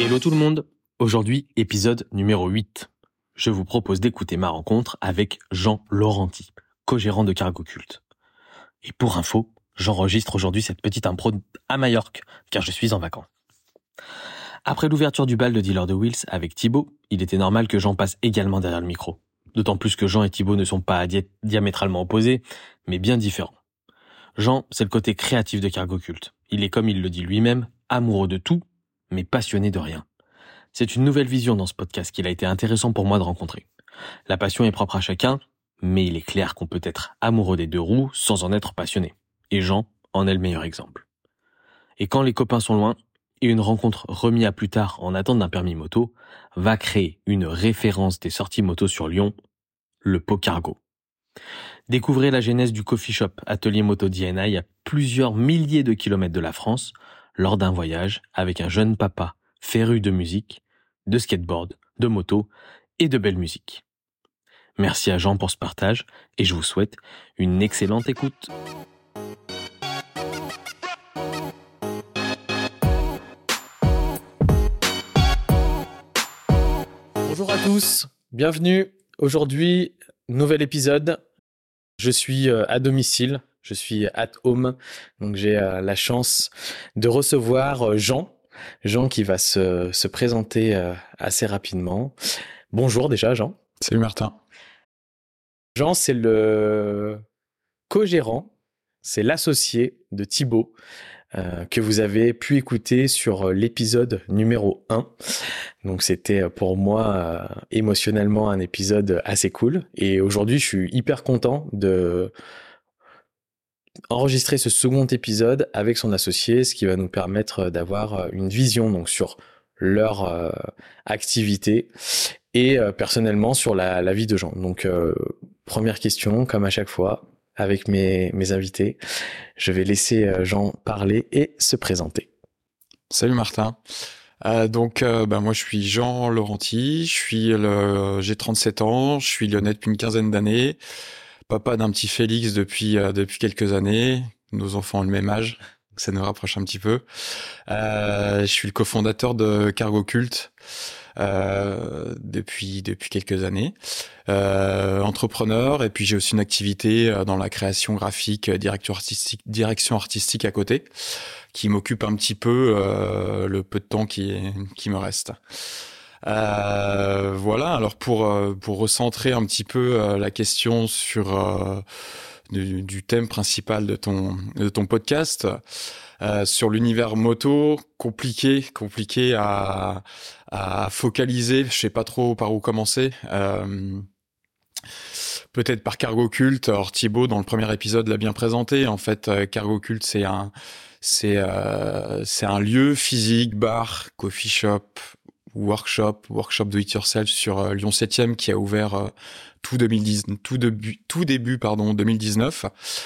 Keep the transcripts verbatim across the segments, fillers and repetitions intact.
Hello tout le monde. Aujourd'hui, épisode numéro huit. Je vous propose d'écouter ma rencontre avec Jean Laurenti, co-gérant de Cargo Cult. Et pour info, j'enregistre aujourd'hui cette petite impro à Majorque, car je suis en vacances. Après l'ouverture du bal de Dealer de Wheels avec Thibaut, il était normal que Jean passe également derrière le micro. D'autant plus que Jean et Thibaut ne sont pas di- diamétralement opposés, mais bien différents. Jean, c'est le côté créatif de Cargo Cult. Il est, comme il le dit lui-même, amoureux de tout, mais passionné de rien. C'est une nouvelle vision dans ce podcast qu'il a été intéressant pour moi de rencontrer. La passion est propre à chacun, mais il est clair qu'on peut être amoureux des deux roues sans en être passionné. Et Jean en est le meilleur exemple. Et quand les copains sont loin, et une rencontre remise à plus tard en attente d'un permis moto, va créer une référence des sorties moto sur Lyon, le Pocargo. Découvrez la genèse du coffee shop Atelier Moto D N I à plusieurs milliers de kilomètres de la France, lors d'un voyage avec un jeune papa féru de musique, de skateboard, de moto et de belle musique. Merci à Jean pour ce partage et je vous souhaite une excellente écoute. Bonjour à tous, bienvenue. Aujourd'hui, nouvel épisode. Je suis à domicile, je suis at home, donc j'ai la chance de recevoir Jean. Jean qui va se, se présenter assez rapidement. Bonjour déjà Jean. Salut Martin. Jean, c'est le co-gérant, c'est l'associé de Thibaut euh, que vous avez pu écouter sur l'épisode numéro un. Donc c'était pour moi euh, émotionnellement un épisode assez cool. Et aujourd'hui, je suis hyper content de enregistrer ce second épisode avec son associé, ce qui va nous permettre d'avoir une vision donc sur leur euh, activité et euh, personnellement sur la, la vie de Jean. Donc euh, première question, comme à chaque fois avec mes, mes invités, je vais laisser Jean parler et se présenter. Salut Martin. Euh, donc euh, bah, moi je suis Jean Laurenti, je suis le, j'ai trente-sept ans, je suis lyonnais depuis une quinzaine d'années, papa d'un petit Félix depuis euh, depuis quelques années, nos enfants ont le même âge, donc ça nous rapproche un petit peu. Euh, je suis le cofondateur de Cargo Cult euh, depuis depuis quelques années, euh, entrepreneur, et puis j'ai aussi une activité dans la création graphique, direction artistique, direction artistique à côté, qui m'occupe un petit peu euh, le peu de temps qui qui me reste. Euh, voilà. Alors pour pour recentrer un petit peu euh, la question sur euh, du, du thème principal de ton de ton podcast, euh, sur l'univers moto, compliqué compliqué à à focaliser. Je sais pas trop par où commencer. Euh, Peut-être par Cargo Cult. Alors Thibaut, dans le premier épisode, l'a bien présenté. En fait, euh, Cargo Cult, c'est un, c'est, euh, c'est un lieu physique, bar, coffee shop, workshop, workshop do it yourself sur euh, Lyon septième, qui a ouvert euh, tout deux mille dix, tout début, tout début, pardon, deux mille dix-neuf.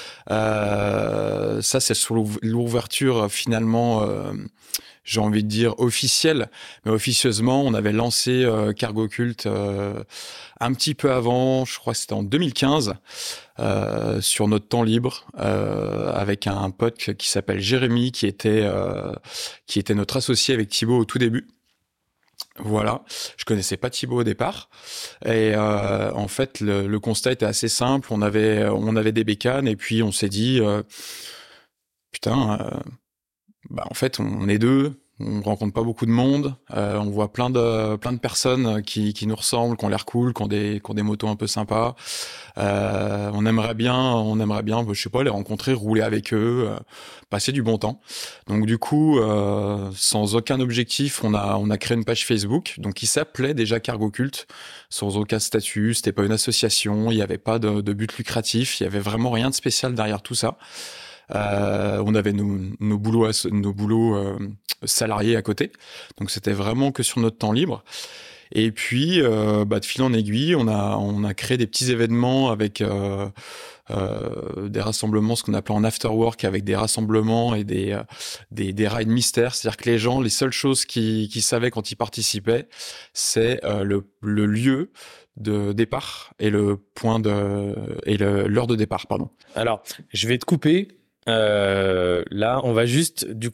Euh, ça, c'est sur l'ouverture finalement. Euh, j'ai envie de dire officielle, mais officieusement, on avait lancé euh, Cargo Cult euh, un petit peu avant, je crois que c'était en deux mille quinze, euh, sur notre temps libre, euh, avec un pote qui s'appelle Jérémy, qui était euh, qui était notre associé avec Thibaut au tout début. Voilà, je connaissais pas Thibaut au départ, et euh, en fait le, le constat était assez simple. On avait on avait des bécanes, et puis on s'est dit euh, putain. Euh, Bah en fait on est deux, on rencontre pas beaucoup de monde, euh, on voit plein de plein de personnes qui qui nous ressemblent, qui ont l'air cool, qui ont des qui ont des motos un peu sympas. Euh, on aimerait bien, on aimerait bien, je sais pas, les rencontrer, rouler avec eux, euh, passer du bon temps. Donc du coup, euh, sans aucun objectif, on a on a créé une page Facebook, donc qui s'appelait déjà Cargo Cult, sans aucun statut. C'était pas une association, il y avait pas de, de but lucratif, il y avait vraiment rien de spécial derrière tout ça. Euh, on avait nos, nos boulots, nos boulots euh, salariés à côté, donc c'était vraiment que sur notre temps libre. Et puis, euh, bah, de fil en aiguille, on a on a créé des petits événements avec euh, euh, des rassemblements, ce qu'on appelait en after work, avec des rassemblements et des euh, des, des rides mystères. C'est-à-dire que les gens, les seules choses qu'ils qu'ils savaient quand ils participaient, c'est euh, le le lieu de départ et le point de et le, l'heure de départ, pardon. Alors, je vais te couper. Euh, là, on va juste, du coup,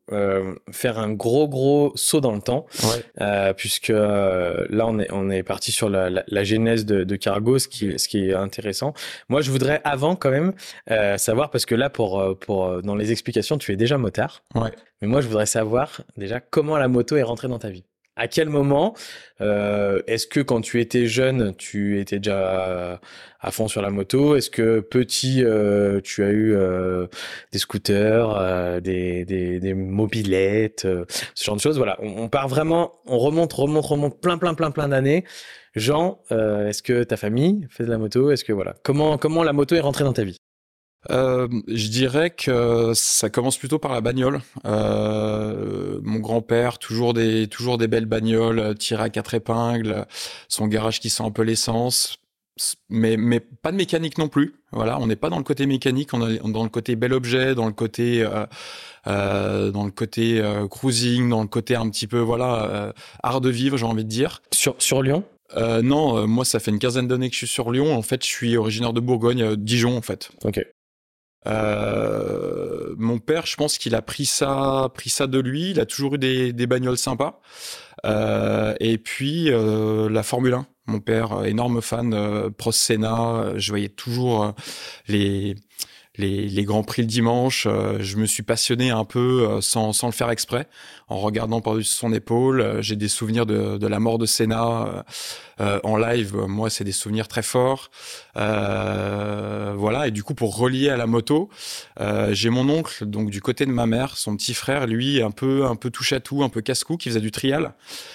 euh, faire un gros gros saut dans le temps, Ouais. euh, puisque euh, là on est on est parti sur la, la, la genèse de, de Cargo, ce qui ce qui est intéressant. Moi, je voudrais avant quand même euh, savoir, parce que là pour pour dans les explications, tu es déjà motard, Ouais. mais moi je voudrais savoir déjà comment la moto est rentrée dans ta vie. À quel moment euh, est-ce que quand tu étais jeune, tu étais déjà à fond sur la moto? Est-ce que petit, euh, tu as eu euh, des scooters, euh, des, des, des mobylettes, euh, ce genre de choses? Voilà, on, on part vraiment, on remonte, remonte, remonte plein, plein, plein, plein d'années. Jean, euh, est-ce que ta famille fait de la moto? Est-ce que voilà, comment comment la moto est rentrée dans ta vie? Euh, je dirais que ça commence plutôt par la bagnole. Euh, mon grand-père, toujours des toujours des belles bagnoles, tirées à quatre épingles, son garage qui sent un peu l'essence, mais mais pas de mécanique non plus. Voilà, on n'est pas dans le côté mécanique, on est dans le côté bel objet, dans le côté euh, euh, dans le côté euh, cruising, dans le côté un petit peu voilà euh, art de vivre, j'ai envie de dire. Sur sur Lyon? Euh, non, euh, moi ça fait une quinzaine d'années que je suis sur Lyon. En fait, je suis originaire de Bourgogne, euh, Dijon en fait. Ok. Euh, mon père, je pense qu'il a pris ça, pris ça de lui. Il a toujours eu des, des bagnoles sympas. Euh, et puis euh, la Formule un. Mon père, énorme fan, euh, Prost Senna. Je voyais toujours euh, les les, les grands prix le dimanche. Euh, je me suis passionné un peu euh, sans, sans le faire exprès, en regardant par-dessus son épaule. Euh, j'ai des souvenirs de, de la mort de Senna euh, euh, en live. Moi, c'est des souvenirs très forts. Euh, voilà. Et du coup, pour relier à la moto, euh, j'ai mon oncle, donc du côté de ma mère, son petit frère, lui, un peu, un peu touche à tout, un peu casse-cou, qui faisait du trial.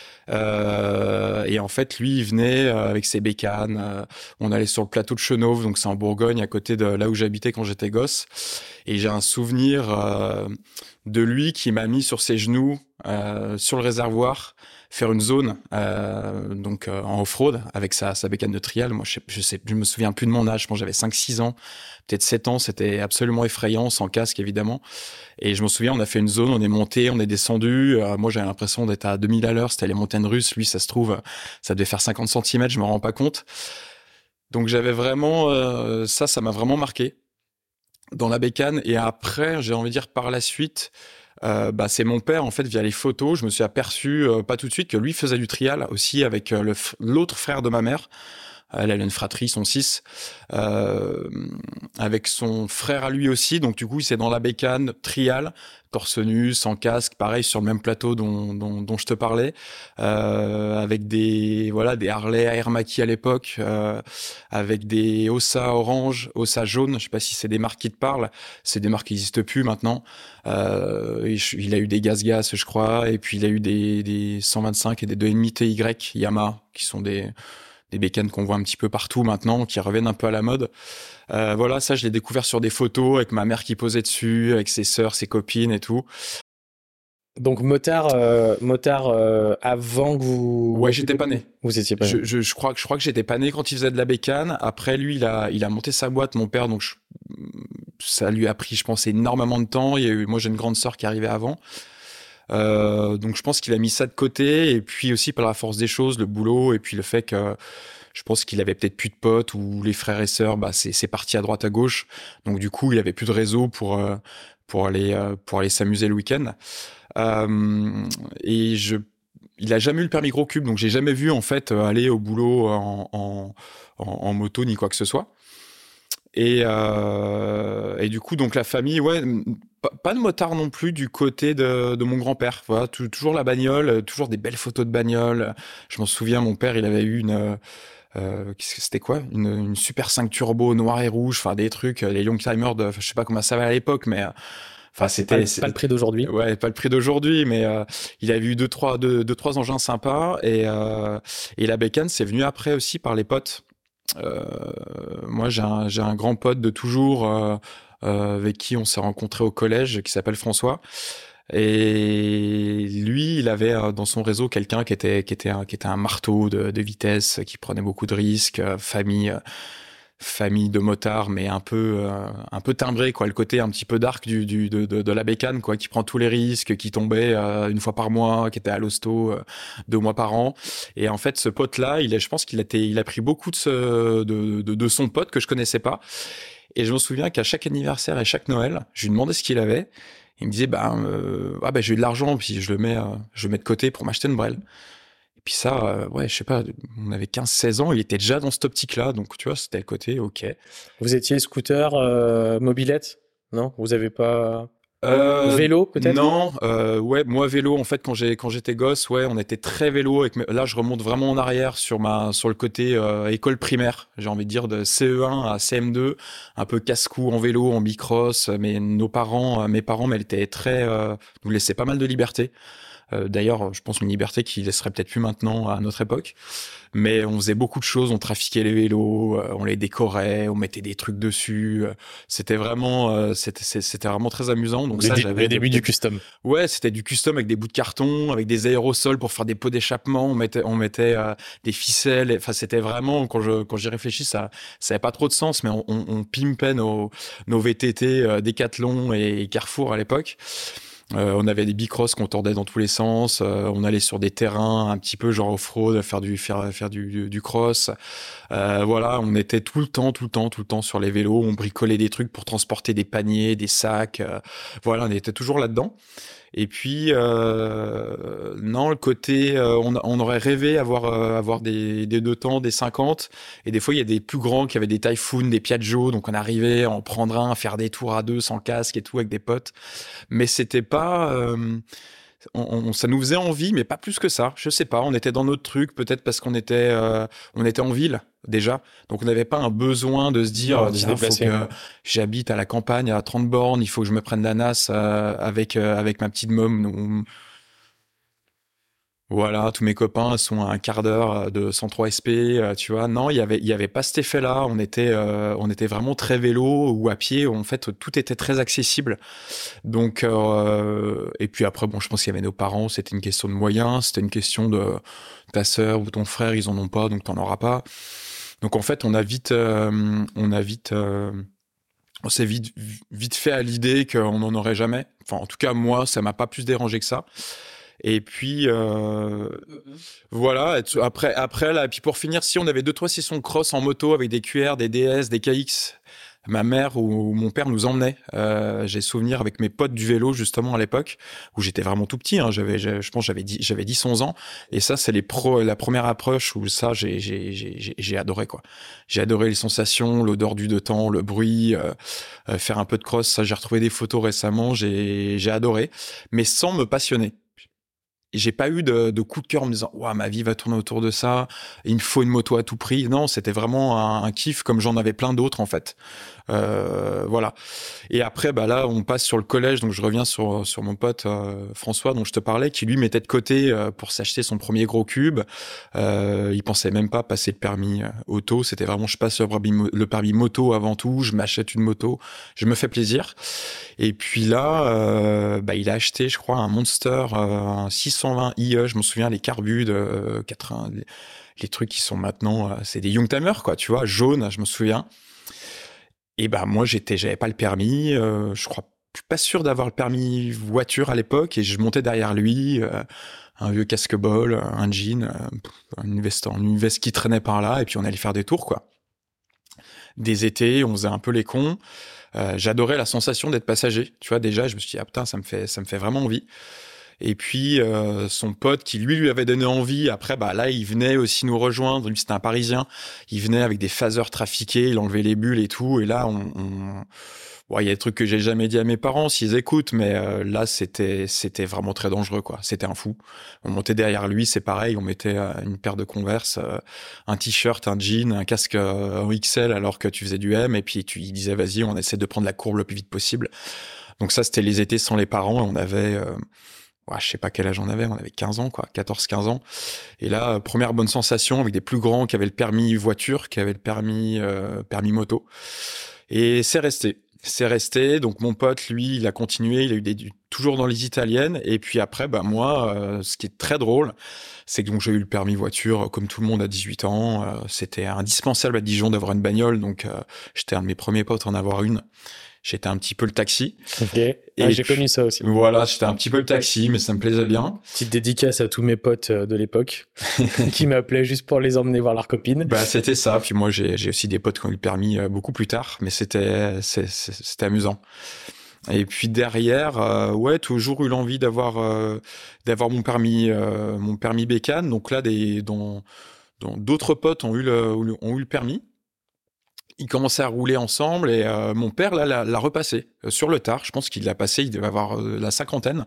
Euh, et en fait, lui, il venait euh, avec ses bécanes. Euh, on allait sur le plateau de Chenauve, donc c'est en Bourgogne, à côté de là où j'habitais quand j'étais gosse. Et j'ai un souvenir euh, de lui qui m'a mis sur ses genoux euh, sur le réservoir, faire une zone euh, donc euh, en off-road avec sa, sa bécane de trial. Moi, je, sais, je sais, je me souviens plus de mon âge. Je pense que j'avais cinq six ans, peut-être sept ans. C'était absolument effrayant, sans casque évidemment. Et je me souviens, on a fait une zone, on est monté, on est descendu. Euh, moi, j'avais l'impression d'être à deux mille à l'heure. C'était les montagnes russes. Lui, ça se trouve, ça devait faire cinquante centimètres. Je me rends pas compte. Donc, j'avais vraiment euh, ça, ça m'a vraiment marqué dans la bécane. Et après, j'ai envie de dire par la suite, euh, bah, c'est mon père, en fait, via les photos, je me suis aperçu, euh, pas tout de suite, que lui faisait du trial aussi avec euh, le f- l'autre frère de ma mère. Elle, elle a une fratrie, ils sont six, euh, avec son frère à lui aussi. Donc du coup, c'est dans la bécane, trial, torse nu, sans casque, pareil sur le même plateau dont, dont, dont je te parlais, euh, avec des voilà des Harley Air Mackie à l'époque, euh, avec des Ossa orange, Ossa jaune. Je sais pas si c'est des marques qui te parlent. C'est des marques qui n'existent plus maintenant. Euh, il a eu des Gaz Gas, je crois, et puis il a eu des, des cent vingt-cinq et des deux virgule cinq T Y Yamaha, qui sont des des bécanes qu'on voit un petit peu partout maintenant, qui reviennent un peu à la mode. Euh, voilà, ça, je l'ai découvert sur des photos avec ma mère qui posait dessus, avec ses sœurs, ses copines et tout. Donc motard, euh, motard euh, avant que vous. Ouais, j'étais pas né. Vous étiez pas né. Je, je, je crois que je crois que j'étais pas né quand il faisait de la bécane. Après, lui, il a il a monté sa boîte, mon père. Donc je, ça lui a pris, je pense, énormément de temps. Il y a eu, moi, j'ai une grande sœur qui arrivait avant. Euh, donc je pense qu'il a mis ça de côté, et puis aussi par la force des choses, le boulot, et puis le fait que je pense qu'il avait peut-être plus de potes, ou les frères et sœurs, bah c'est c'est parti à droite à gauche. Donc du coup, il avait plus de réseau pour euh, pour aller euh, pour aller s'amuser le week-end. Euh, et je il a jamais eu le permis gros cube, donc j'ai jamais vu en fait aller au boulot en en, en, en moto ni quoi que ce soit. Et, euh, et du coup, donc la famille, ouais, pas, pas de motard non plus du côté de, de mon grand-père. Voilà, tout, toujours la bagnole, toujours des belles photos de bagnole. Je m'en souviens, mon père, il avait eu une, euh, c'était quoi, une, une Super cinq Turbo noir et rouge, enfin des trucs, les Youngtimer de, je sais pas comment ça va à l'époque, mais enfin c'était pas, pas le prix d'aujourd'hui. Ouais, pas le prix d'aujourd'hui, mais euh, il avait eu deux trois deux, deux trois engins sympas, et euh, et la bécane, c'est venu après aussi par les potes. Euh, moi, j'ai un, j'ai un grand pote de toujours euh, euh, avec qui on s'est rencontré au collège, qui s'appelle François. Et lui, il avait euh, dans son réseau quelqu'un qui était qui était un, qui était un marteau de, de vitesse, qui prenait beaucoup de risques, euh, famille. Euh, famille de motards, mais un peu euh, un peu timbré, quoi, le côté un petit peu dark du, du de, de, de la bécane, quoi, qui prend tous les risques, qui tombait euh, une fois par mois, qui était à l'hosto euh, deux mois par an. Et en fait, ce pote là, il est, je pense qu'il a été, il a pris beaucoup de, ce, de, de de son pote que je connaissais pas. Et je me souviens qu'à chaque anniversaire et chaque Noël, je lui demandais ce qu'il avait. Il me disait, bah, euh, ah, bah, j'ai eu de l'argent, puis je le mets, euh, je le mets de côté pour m'acheter une Brel. Et puis ça, euh, ouais, je sais pas, on avait quinze seize ans, il était déjà dans cette optique-là, donc tu vois, c'était le côté, ok. Vous étiez scooter, euh, mobilette? Non? Vous avez pas... Euh, Vélo, peut-être? Non, euh, ouais, moi vélo, en fait, quand j'ai quand j'étais gosse, ouais, on était très vélo. Avec mes- Là, je remonte vraiment en arrière sur ma sur le côté euh, école primaire. J'ai envie de dire de C E un à C M deux, un peu casse-cou en vélo, en bicross. Mais nos parents, euh, mes parents, mais ils étaient très, euh, nous laissaient pas mal de liberté. Euh, d'ailleurs, je pense une liberté qui laisserait peut-être plus maintenant à notre époque. Mais on faisait beaucoup de choses, on trafiquait les vélos, euh, on les décorait, on mettait des trucs dessus. euh, C'était vraiment, euh, c'était, c'est- c'était vraiment très amusant. Donc Les, ça, dé- j'avais les débuts du peut-être- custom. Ouais, c'était du custom avec des bouts de carton, avec des aérosols pour faire des pots d'échappement. On mettait, on mettait euh, des ficelles. Enfin, c'était vraiment, quand je, quand j'y réfléchis, ça, ça avait pas trop de sens, mais on, on, on pimpait nos, nos V T T euh, Décathlon et Carrefour à l'époque. Euh, on avait des bicross qu'on tordait dans tous les sens. Euh, on allait sur des terrains un petit peu genre off-road, faire du faire faire du, du, du cross. Euh, voilà, on était tout le temps, tout le temps, tout le temps sur les vélos. On bricolait des trucs pour transporter des paniers, des sacs. Euh, voilà, on était toujours là-dedans. Et puis, euh, non, le côté, euh, on, on aurait rêvé avoir, euh, avoir des, des deux temps, des cinquante. Et des fois, il y a des plus grands qui avaient des Typhoon, des Piaggio. Donc, on arrivait à en prendre un, à faire des tours à deux, sans casque et tout, avec des potes. Mais c'était pas, euh, on, on- ça nous faisait envie, mais pas plus que ça. Je sais pas, on était dans notre truc, peut-être parce qu'on était, euh, on était en ville déjà, donc on n'avait pas un besoin de se dire, Ouais, de se tiens, faut déplacer. que j'habite à la campagne à trente bornes, il faut que je me prenne la N A S euh, avec euh, avec ma petite môme. Nous- Voilà, tous mes copains sont à un quart d'heure euh, de cent trois S P, euh, tu vois. Non, il y avait il y avait pas cet effet-là. On était euh, on était vraiment très vélo ou à pied. En fait, tout était très accessible. Donc, euh, et puis après, bon, je pense qu'il y avait nos parents, c'était une question de moyens, c'était une question de ta sœur ou ton frère, ils en ont pas, donc t'en auras pas. Donc en fait, on a vite, euh, on a vite, euh, on s'est vite, vite fait à l'idée qu'on n'en aurait jamais. Enfin, en tout cas, moi, ça m'a pas plus dérangé que ça. Et puis, euh, voilà. Et tu- Après, après, là, et puis pour finir, si on avait deux, trois sessions de cross en moto avec des Q R, des D S, des K X, ma mère ou mon père nous emmenaient. Euh, j'ai souvenir avec mes potes du vélo, justement, à l'époque, où j'étais vraiment tout petit, hein, j'avais, j'ai- je pense, j'avais dix, j'avais dix, onze ans. Et ça, c'est les pro, la première approche où ça, j'ai, j'ai, j'ai, j'ai j'ai adoré, quoi. J'ai adoré les sensations, l'odeur du deux temps, le bruit, euh, euh, faire un peu de cross. Ça, j'ai retrouvé des photos récemment, j'ai, j'ai adoré, mais sans me passionner. J'ai pas eu de, de coup de cœur en me disant, ouah, ma vie va tourner autour de ça. Il me faut une moto à tout prix. Non, c'était vraiment un, un kiff comme j'en avais plein d'autres, en fait. Euh, voilà. Et après, bah là, on passe sur le collège. Donc, je reviens sur, sur mon pote euh, François, dont je te parlais, qui lui mettait de côté euh, pour s'acheter son premier gros cube. Euh, il pensait même pas passer le permis euh, auto. C'était vraiment, je passe le permis, mo- le permis moto avant tout. Je m'achète une moto. Je me fais plaisir. Et puis là, euh, bah, il a acheté, je crois, un Monster, euh, un six cent vingt i e. Je me souviens, les carbus de euh, quatre-vingts, les, les trucs qui sont maintenant, euh, c'est des Youngtimer, quoi, tu vois, jaunes, je me souviens. Et ben moi j'étais, j'avais pas le permis, euh, je crois, je suis pas sûr d'avoir le permis voiture à l'époque, et je montais derrière lui, euh, un vieux casque-bol, un jean, euh, une veste, une veste qui traînait par là, et puis on allait faire des tours, quoi. Des étés, on faisait un peu les cons. Euh, j'adorais la sensation d'être passager. Tu vois, déjà, je me suis dit, ah putain, ça me fait, ça me fait vraiment envie. Et puis, euh, son pote qui, lui, lui avait donné envie, après, bah là, il venait aussi nous rejoindre. Lui, c'était un Parisien. Il venait avec des phaseurs trafiqués, il enlevait les bulles et tout. Et là, on... on... Bon, il y a des trucs que j'ai jamais dit à mes parents s'ils écoutent, mais euh, là, c'était c'était vraiment très dangereux, quoi. C'était un fou. On montait derrière lui, c'est pareil. On mettait euh, une paire de Converse, euh, un t-shirt, un jean, un casque euh, en X L alors que tu faisais du M. Et puis, tu, il disait, vas-y, on essaie de prendre la courbe le plus vite possible. Donc ça, c'était les étés sans les parents. Et on avait... Euh, ouais, je sais pas quel âge on avait, on avait quinze ans, quoi, quatorze quinze ans. Et là, euh, première bonne sensation avec des plus grands qui avaient le permis voiture, qui avaient le permis, euh, permis moto. Et c'est resté. C'est resté. Donc, mon pote, lui, il a continué. Il a eu des, toujours dans les italiennes. Et puis après, bah, moi, euh, ce qui est très drôle, c'est que donc, j'ai eu le permis voiture, comme tout le monde à dix-huit ans. Euh, c'était indispensable à Dijon d'avoir une bagnole. Donc, euh, j'étais un de mes premiers potes à en avoir une. J'étais un petit peu le taxi. Ok. Et Ah, j'ai puis, connu ça aussi. Voilà, j'étais un petit peu le taxi, mais ça me plaisait bien. Petite dédicace à tous mes potes euh, de l'époque qui m'appelaient juste pour les emmener voir leurs copines. Bah, c'était ça. Puis moi, j'ai, j'ai aussi des potes qui ont eu le permis euh, beaucoup plus tard, mais c'était, c'est, c'est- c'était amusant. Et puis derrière, euh, ouais, toujours eu l'envie d'avoir euh, d'avoir mon permis euh, mon permis bécane. Donc là, des dont dont d'autres potes ont eu le ont eu le permis. Ils commençaient à rouler ensemble et euh, mon père là l'a, l'a repassé euh, sur le tard. Je pense qu'il l'a passé, il devait avoir euh, la cinquantaine.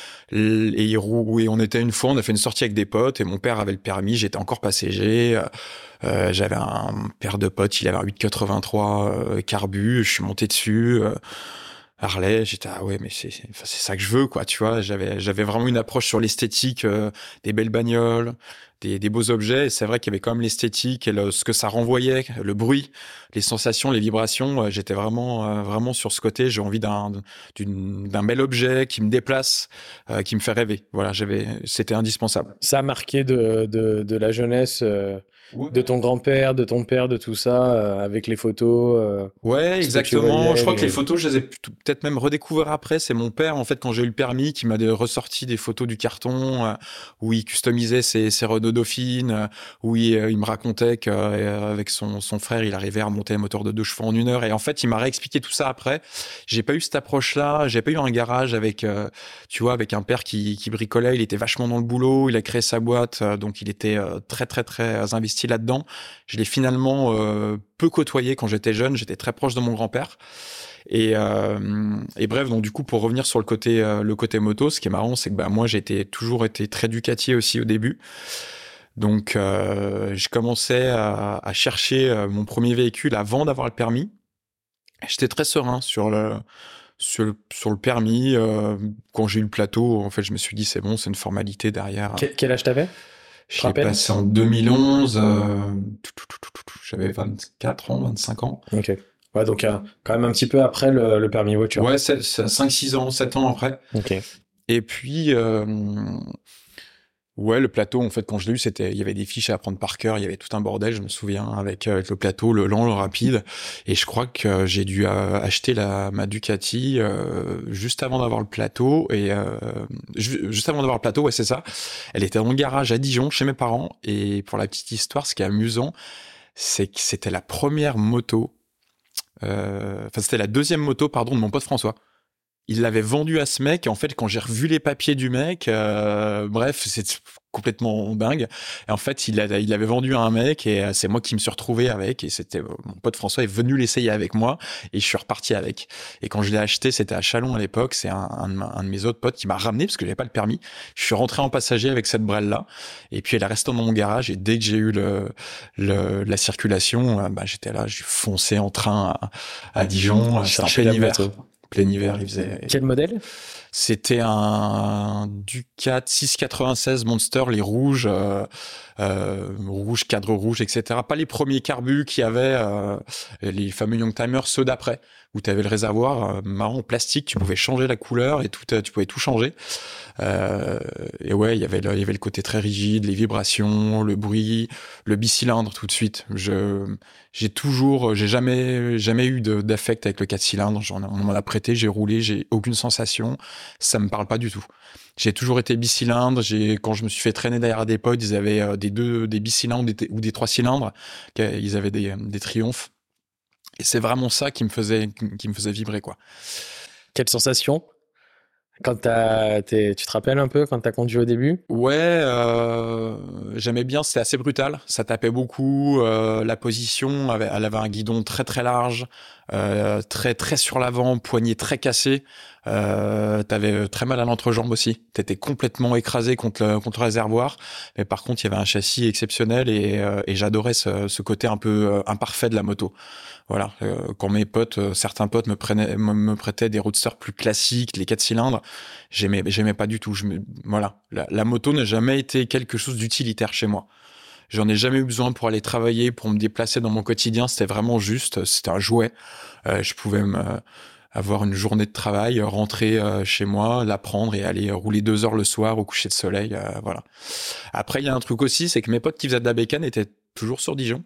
Et, il roule, et on était une fois, on a fait une sortie avec des potes et mon père avait le permis, j'étais encore passager. Euh, j'avais un père de potes, il avait un huit quatre-vingt-trois euh, carbu, je suis monté dessus. Euh, Harley, j'étais ah ouais mais c'est c'est, enfin, c'est ça que je veux quoi, tu vois. J'avais j'avais vraiment une approche sur l'esthétique, euh, des belles bagnoles, des des beaux objets. Et c'est vrai qu'il y avait quand même l'esthétique et le, ce que ça renvoyait, le bruit, les sensations, les vibrations. Euh, j'étais vraiment euh, vraiment sur ce côté. J'ai envie d'un d'une, d'un bel objet qui me déplace, euh, qui me fait rêver. Voilà, j'avais c'était indispensable. Ça a marqué de de, de la jeunesse. Euh... De ton grand-père, de ton père, de tout ça, euh, avec les photos. Euh, ouais, exactement. Voyais, je crois les... que les photos, je les ai peut-être même redécouvert après. C'est mon père, en fait, quand j'ai eu le permis, qui m'a ressorti des photos du carton euh, où il customisait ses, ses Renault Dauphine, euh, où il, euh, il me racontait qu'avec son, son frère, il arrivait à remonter un moteur de deux chevaux en une heure. Et en fait, il m'a réexpliqué tout ça après. J'ai pas eu cette approche-là. J'ai pas eu un garage avec, euh, tu vois, avec un père qui, qui bricolait. Il était vachement dans le boulot. Il a créé sa boîte, euh, donc il était euh, très, très, très investi là-dedans. Je l'ai finalement euh, peu côtoyé quand j'étais jeune. J'étais très proche de mon grand-père. Et, euh, et bref, donc du coup, pour revenir sur le côté, euh, le côté moto, ce qui est marrant, c'est que bah, moi, j'ai été, toujours été très Ducati aussi au début. Donc, euh, je commençais à, à chercher euh, mon premier véhicule avant d'avoir le permis. J'étais très serein sur le, sur le, sur le permis. Euh, quand j'ai eu le plateau, en fait, je me suis dit, c'est bon, c'est une formalité derrière. Quel, quel âge t'avais? Je l'ai passé en deux mille onze, euh, j'avais vingt-quatre ans, vingt-cinq ans. Ok. Ouais, donc euh, quand même un petit peu après le, le permis voiture. Ouais, c'est, c'est cinq six ans, sept ans après. Ok. Et puis, euh, ouais, le plateau, en fait, quand je l'ai eu, c'était, il y avait des fiches à apprendre par cœur, il y avait tout un bordel, je me souviens, avec, avec le plateau, le lent, le rapide. Et je crois que j'ai dû euh, acheter la, ma Ducati euh, juste avant d'avoir le plateau. Et euh, ju- juste avant d'avoir le plateau, ouais, c'est ça. Elle était dans le garage à Dijon, chez mes parents. Et pour la petite histoire, ce qui est amusant, c'est que c'était la première moto, euh, enfin, c'était la deuxième moto, pardon, de mon pote François. Il l'avait vendu à ce mec, et en fait, quand j'ai revu les papiers du mec, euh, bref, c'est complètement dingue. Et en fait, il, a, il avait vendu à un mec, et c'est moi qui me suis retrouvé avec, et c'était mon pote François est venu l'essayer avec moi, et je suis reparti avec. Et quand je l'ai acheté, c'était à Chalon à l'époque, c'est un, un, un de mes autres potes qui m'a ramené, parce que j'avais pas le permis. Je suis rentré en passager avec cette brelle-là, et puis elle est restée dans mon garage, et dès que j'ai eu le, le la circulation, bah, j'étais là, j'ai foncé en train à, à Dijon, c'était en plein hiver. Plein hiver, il faisait. Quel modèle? C'était un Ducat six cent quatre-vingt-seize Monster, les rouges, euh, euh, rouge, cadre rouge, et cetera. Pas les premiers carbus qu'il y avait, euh, les fameux Youngtimer, ceux d'après, où tu avais le réservoir euh, marron plastique, tu pouvais changer la couleur et tout, tu pouvais tout changer. Euh, et ouais, il y avait le, il y avait le côté très rigide, les vibrations, le bruit, le bicylindre tout de suite. Je, j'ai toujours, j'ai jamais, jamais eu de, d'affect avec le quatre cylindres. J'en, on m'en a prêté, j'ai roulé, j'ai aucune sensation. Ça me parle pas du tout. J'ai toujours été bicylindre. J'ai, quand je me suis fait traîner derrière des pods, ils avaient euh, des deux, des bicylindres des, ou des trois cylindres. Ils avaient des, des triomphes. Et c'est vraiment ça qui me faisait, qui me faisait vibrer, quoi. Quelle sensation? Quand t'as, t'es, tu te rappelles un peu quand t'as conduit au début? Ouais, euh, j'aimais bien, c'était assez brutal, ça tapait beaucoup, euh, la position, avait, elle avait un guidon très très large, euh, très très sur l'avant, poignet très cassé, euh, t'avais très mal à l'entrejambe aussi, t'étais complètement écrasé contre le, contre le réservoir, mais par contre il y avait un châssis exceptionnel et, euh, et j'adorais ce, ce côté un peu euh, imparfait de la moto. Voilà, euh, quand mes potes, euh, certains potes me prenaient, me, me prêtaient des roadsters plus classiques, les quatre cylindres, j'aimais, j'aimais pas du tout. Je me, voilà, la, la moto n'a jamais été quelque chose d'utilitaire chez moi. J'en ai jamais eu besoin pour aller travailler, pour me déplacer dans mon quotidien. C'était vraiment juste, c'était un jouet. Euh, je pouvais me, avoir une journée de travail, rentrer euh, chez moi, la prendre et aller rouler deux heures le soir au coucher de soleil. Euh, voilà. Après, il y a un truc aussi, c'est que mes potes qui faisaient de la bécane étaient toujours sur Dijon.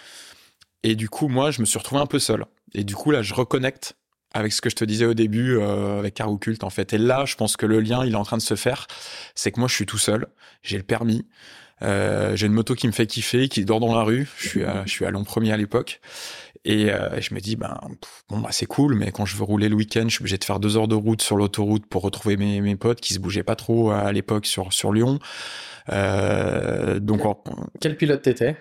Et du coup, moi, je me suis retrouvé un peu seul. Et du coup, là, je reconnecte avec ce que je te disais au début, euh, avec Cargo Cult, en fait. Et là, je pense que le lien, il est en train de se faire. C'est que moi, je suis tout seul. J'ai le permis. Euh, j'ai une moto qui me fait kiffer, qui dort dans la rue. Je suis à, je suis à Lyon premier à l'époque. Et euh, je me dis, ben, pff, bon, bah, c'est cool, mais quand je veux rouler le week-end, je suis obligé de faire deux heures de route sur l'autoroute pour retrouver mes, mes potes qui se bougeaient pas trop à l'époque sur, sur Lyon. Euh, donc, en... Quel pilote t'étais?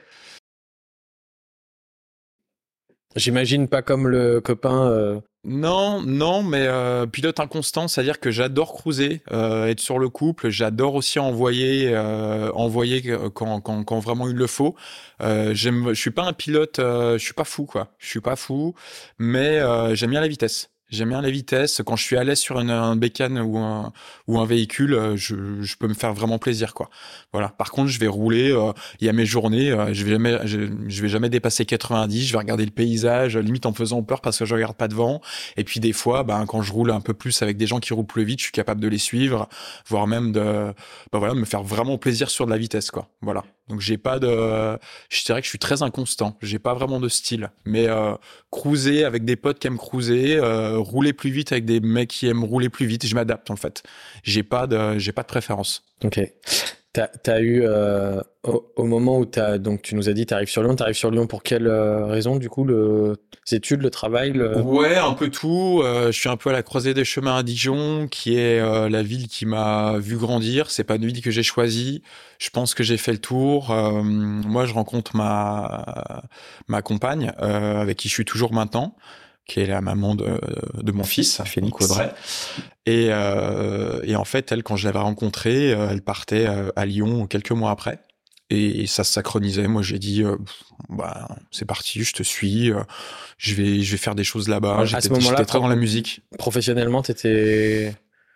J'imagine pas comme le copain. Euh... Non, non, mais euh, pilote inconstant, c'est-à-dire que j'adore cruiser, euh, être sur le couple. J'adore aussi envoyer, euh, envoyer quand, quand, quand vraiment il le faut. Euh, j'aime, je suis pas un pilote, euh, je suis pas fou, quoi. Je suis pas fou, mais euh, j'aime bien la vitesse. J'aime bien la vitesse. Quand je suis à l'aise sur une, un bécane ou un, ou un véhicule, je, je peux me faire vraiment plaisir, quoi. Voilà. Par contre, je vais rouler. Euh, il y a mes journées. Euh, je vais jamais, je, je vais jamais dépasser quatre-vingt-dix. Je vais regarder le paysage, limite en faisant peur parce que je regarde pas devant. Et puis des fois, ben quand je roule un peu plus avec des gens qui roulent plus vite, je suis capable de les suivre, voire même de, ben voilà, de me faire vraiment plaisir sur de la vitesse, quoi. Voilà. Donc j'ai pas de, je dirais que je suis très inconstant. J'ai pas vraiment de style, mais euh, cruiser avec des potes qui aiment cruiser, euh, rouler plus vite avec des mecs qui aiment rouler plus vite, je m'adapte en fait. J'ai pas de, j'ai pas de préférence. Ok. T'as, t'as eu euh, au, au moment où t'as donc tu nous as dit t'arrives sur Lyon, t'arrives sur Lyon pour quelle euh, raison du coup le les études, le travail, le... Ouais, un peu tout. Euh, je suis un peu à la croisée des chemins à Dijon, qui est euh, la ville qui m'a vu grandir. C'est pas une ville que j'ai choisie. Je pense que j'ai fait le tour. Euh, moi, je rencontre ma ma compagne euh, avec qui je suis toujours maintenant, qui est la maman de de mon fils, Félix Audrey. Et euh, et en fait, elle, quand je l'avais rencontrée, elle partait à Lyon quelques mois après. Et ça se synchronisait. Moi, j'ai dit, euh, bah, c'est parti, je te suis. Euh, je vais, je vais faire des choses là-bas. À j'étais, ce moment-là, j'étais très dans la musique. Professionnellement, t'étais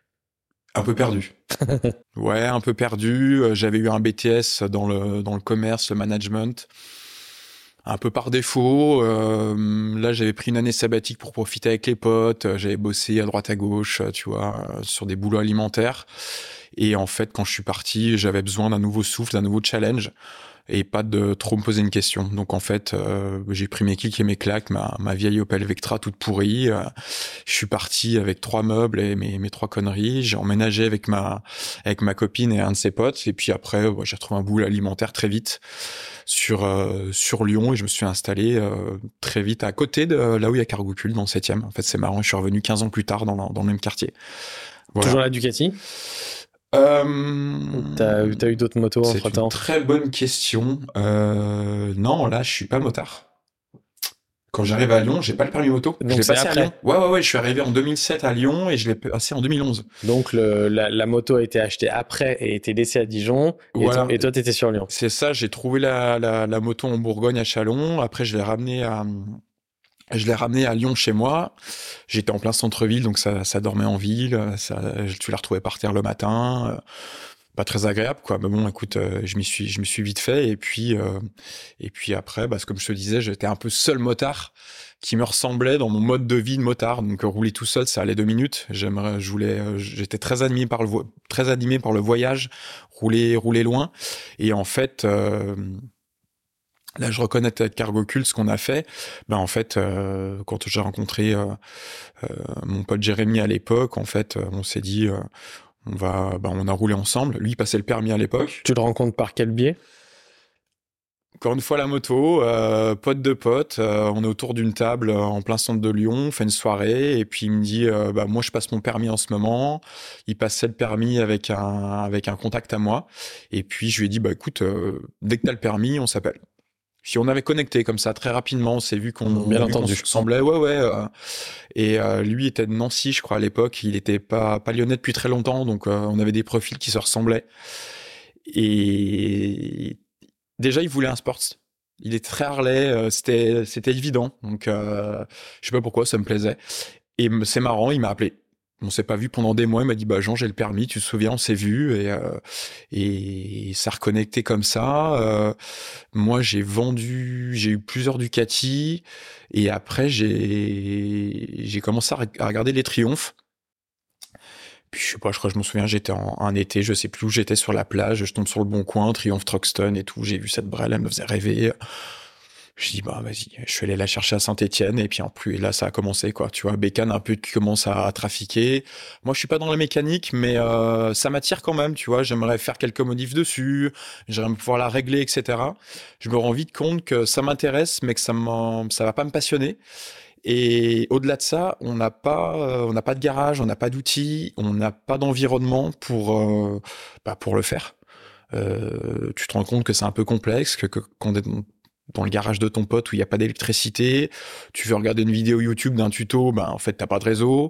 un peu perdu. Ouais, un peu perdu. J'avais eu un B T S dans le dans le commerce, le management. Un peu par défaut. Euh, là, j'avais pris une année sabbatique pour profiter avec les potes. J'avais bossé à droite à gauche, tu vois, sur des boulots alimentaires. Et en fait, quand je suis parti, j'avais besoin d'un nouveau souffle, d'un nouveau challenge, et pas de trop me poser une question. Donc en fait, euh, j'ai pris mes kicks et mes claques, ma, ma vieille Opel Vectra toute pourrie. Euh, je suis parti avec trois meubles et mes, mes trois conneries. J'ai emménagé avec ma avec ma copine et un de ses potes. Et puis après, ouais, j'ai retrouvé un boulot alimentaire très vite sur euh, sur Lyon, et je me suis installé euh, très vite à côté de là où il y a Cargo Cult, dans le septième. En fait, c'est marrant. Je suis revenu quinze ans plus tard dans le, dans le même quartier. Voilà. Toujours la Ducati. Euh... T'as, t'as eu d'autres motos entre temps? C'est une très bonne question. Euh... Non, là, je suis pas motard. Quand j'arrive à Lyon, j'ai pas le permis moto. Donc je l'ai c'est passé après. à Lyon. Ouais, ouais, ouais. Je suis arrivé en deux mille sept à Lyon et je l'ai passé en deux mille onze. Donc le, la, la moto a été achetée après et été laissée à Dijon. Et, voilà. toi, et toi, t'étais sur Lyon. C'est ça. J'ai trouvé la, la, la moto en Bourgogne à Châlons. Après, je l'ai ramenée à Je l'ai ramené à Lyon chez moi. J'étais en plein centre-ville, donc ça, ça dormait en ville. Ça, tu la retrouvais par terre le matin. Pas très agréable, quoi. Mais bon, écoute, euh, je m'y suis, je me suis vite fait. Et puis, euh, et puis après, bah, comme je te disais, j'étais un peu seul motard qui me ressemblait dans mon mode de vie de motard. Donc rouler tout seul, ça allait deux minutes. J'aimerais, je voulais, euh, j'étais très animé par le, vo- très animé par le voyage, rouler, rouler loin. Et en fait. Euh, Là, je reconnais avec Cargo Cult ce qu'on a fait. Ben en fait, euh, quand j'ai rencontré euh, euh, mon pote Jérémy à l'époque, en fait, euh, on s'est dit, euh, on va, ben on a roulé ensemble. Lui il passait le permis à l'époque. Tu le rencontres par quel biais? Encore une fois, la moto, euh, pote de pote, euh, on est autour d'une table euh, en plein centre de Lyon, on fait une soirée, et puis il me dit, euh, bah moi je passe mon permis en ce moment. Il passait le permis avec un avec un contact à moi, et puis je lui ai dit, bah écoute, euh, dès que t'as le permis, on s'appelle. Puis on avait connecté comme ça très rapidement, on s'est vu qu'on, bien vu entendu, qu'on se ressemblait, ouais ouais. Euh, et euh, lui était de Nancy, je crois à l'époque, il était pas pas lyonnais depuis très longtemps, donc euh, on avait des profils qui se ressemblaient. Et déjà il voulait un sports, il est très Harley, euh, c'était c'était évident, donc euh, je sais pas pourquoi ça me plaisait. Et c'est marrant, il m'a appelé. On s'est pas vu pendant des mois. Il m'a dit, bah Jean, j'ai le permis. Tu te souviens, on s'est vu, et euh, et ça reconnecté comme ça. Euh, moi, j'ai vendu, j'ai eu plusieurs Ducati, et après j'ai j'ai commencé à, à regarder les Triomphes. Puis je sais pas, je crois que je me souviens, j'étais en un été, je sais plus où j'étais, sur la plage, je tombe sur le Bon Coin, Triomphe Truxton et tout. J'ai vu cette brelle, elle me faisait rêver. Je dis bah vas-y, je suis allé la chercher à Saint-Étienne et puis en plus et là ça a commencé quoi. Tu vois, bécane un peu qui commence à, à trafiquer. Moi je suis pas dans la mécanique, mais euh, ça m'attire quand même. Tu vois, j'aimerais faire quelques modifs dessus, j'aimerais pouvoir la régler, et cetera. Je me rends vite compte que ça m'intéresse, mais que ça m'en- ça va pas me passionner. Et au-delà de ça, on n'a pas, euh, on n'a pas de garage, on n'a pas d'outils, on n'a pas d'environnement pour, euh, bah, pour le faire. Euh, tu te rends compte que c'est un peu complexe, que, que quand on est dans le garage de ton pote où il n'y a pas d'électricité, tu veux regarder une vidéo YouTube d'un tuto, ben en fait t'as pas de réseau.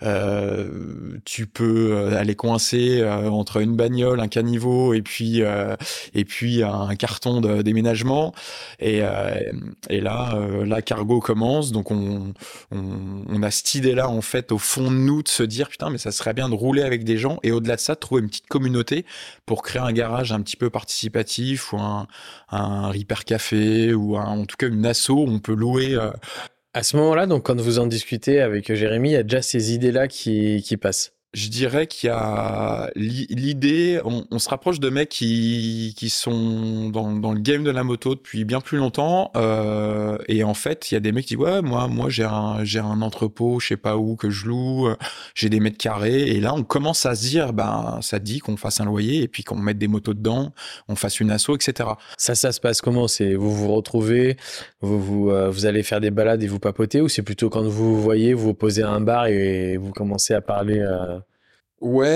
Euh, tu peux aller coincer euh, entre une bagnole, un caniveau et puis euh, et puis un carton de déménagement. Et, euh, et là, euh, la cargo commence, donc on, on on a cette idée-là en fait au fond de nous de se dire putain mais ça serait bien de rouler avec des gens et au-delà de ça de trouver une petite communauté pour créer un garage un petit peu participatif ou un un repair café ou un, en tout cas une asso où on peut louer. Euh... À ce moment-là, donc quand vous en discutez avec Jérémy, il y a déjà ces idées-là qui, qui passent. Je dirais qu'il y a l'idée, on, on se rapproche de mecs qui, qui sont dans, dans le game de la moto depuis bien plus longtemps. Euh, et en fait, il y a des mecs qui disent ouais, moi, moi j'ai un, j'ai un entrepôt, je sais pas où que je loue, j'ai des mètres carrés. Et là, on commence à se dire, ben, ça te dit qu'on fasse un loyer et puis qu'on mette des motos dedans, on fasse une asso, et cetera. Ça, ça se passe comment? C'est vous vous retrouvez, vous vous, euh, vous allez faire des balades et vous papotez, ou c'est plutôt quand vous vous voyez, vous vous posez à un bar et vous commencez à parler euh... Ouais,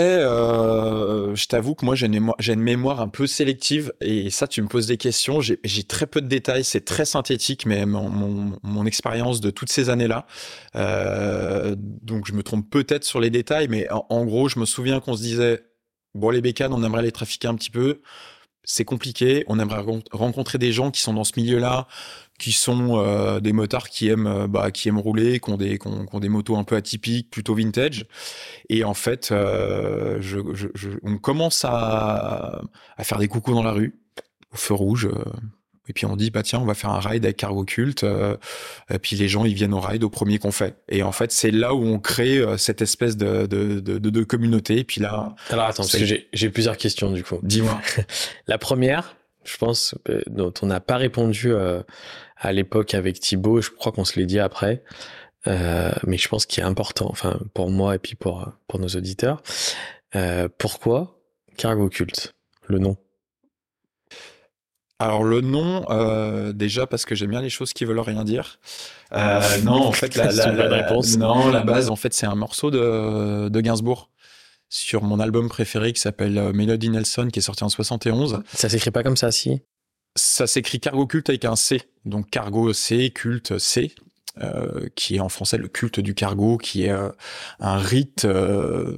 euh, je t'avoue que moi j'ai une mémoire, j'ai une mémoire un peu sélective et ça tu me poses des questions, j'ai, j'ai très peu de détails, c'est très synthétique mais mon, mon, mon expérience de toutes ces années-là, euh, donc je me trompe peut-être sur les détails mais en, en gros je me souviens qu'on se disait bon les bécanes on aimerait les trafiquer un petit peu, c'est compliqué, on aimerait rencontrer des gens qui sont dans ce milieu-là, qui sont euh, des motards qui aiment euh, bah, qui aiment rouler, qui ont des qui ont, qui ont des motos un peu atypiques, plutôt vintage. Et en fait, euh, je, je, je, on commence à, à faire des coucous dans la rue, au feu rouge. Euh, et puis on dit bah tiens, on va faire un ride avec Cargo Cult. Euh, et puis les gens ils viennent au ride au premier qu'on fait. Et en fait, c'est là où on crée euh, cette espèce de de, de, de, de communauté. Et puis là. Alors attends, parce que j'ai j'ai plusieurs questions du coup. Dis-moi. La première, je pense, euh, dont on n'a pas répondu euh, à l'époque avec Thibaut, je crois qu'on se l'est dit après, euh, mais je pense qu'il est important, enfin pour moi et puis pour pour nos auditeurs. Euh, pourquoi Cargo Cult, le nom? Alors le nom, euh, déjà parce que j'aime bien les choses qui veulent rien dire. Euh, non, en fait, la, la, la, la, réponse. non, la base, en fait, c'est un morceau de, de Gainsbourg sur mon album préféré qui s'appelle Melody Nelson, qui est sorti en soixante et onze. Ça s'écrit pas comme ça, si? Ça s'écrit Cargo Cult avec un C, donc Cargo C, Culte C. Euh, qui est en français le culte du cargo, qui est euh, un rite euh,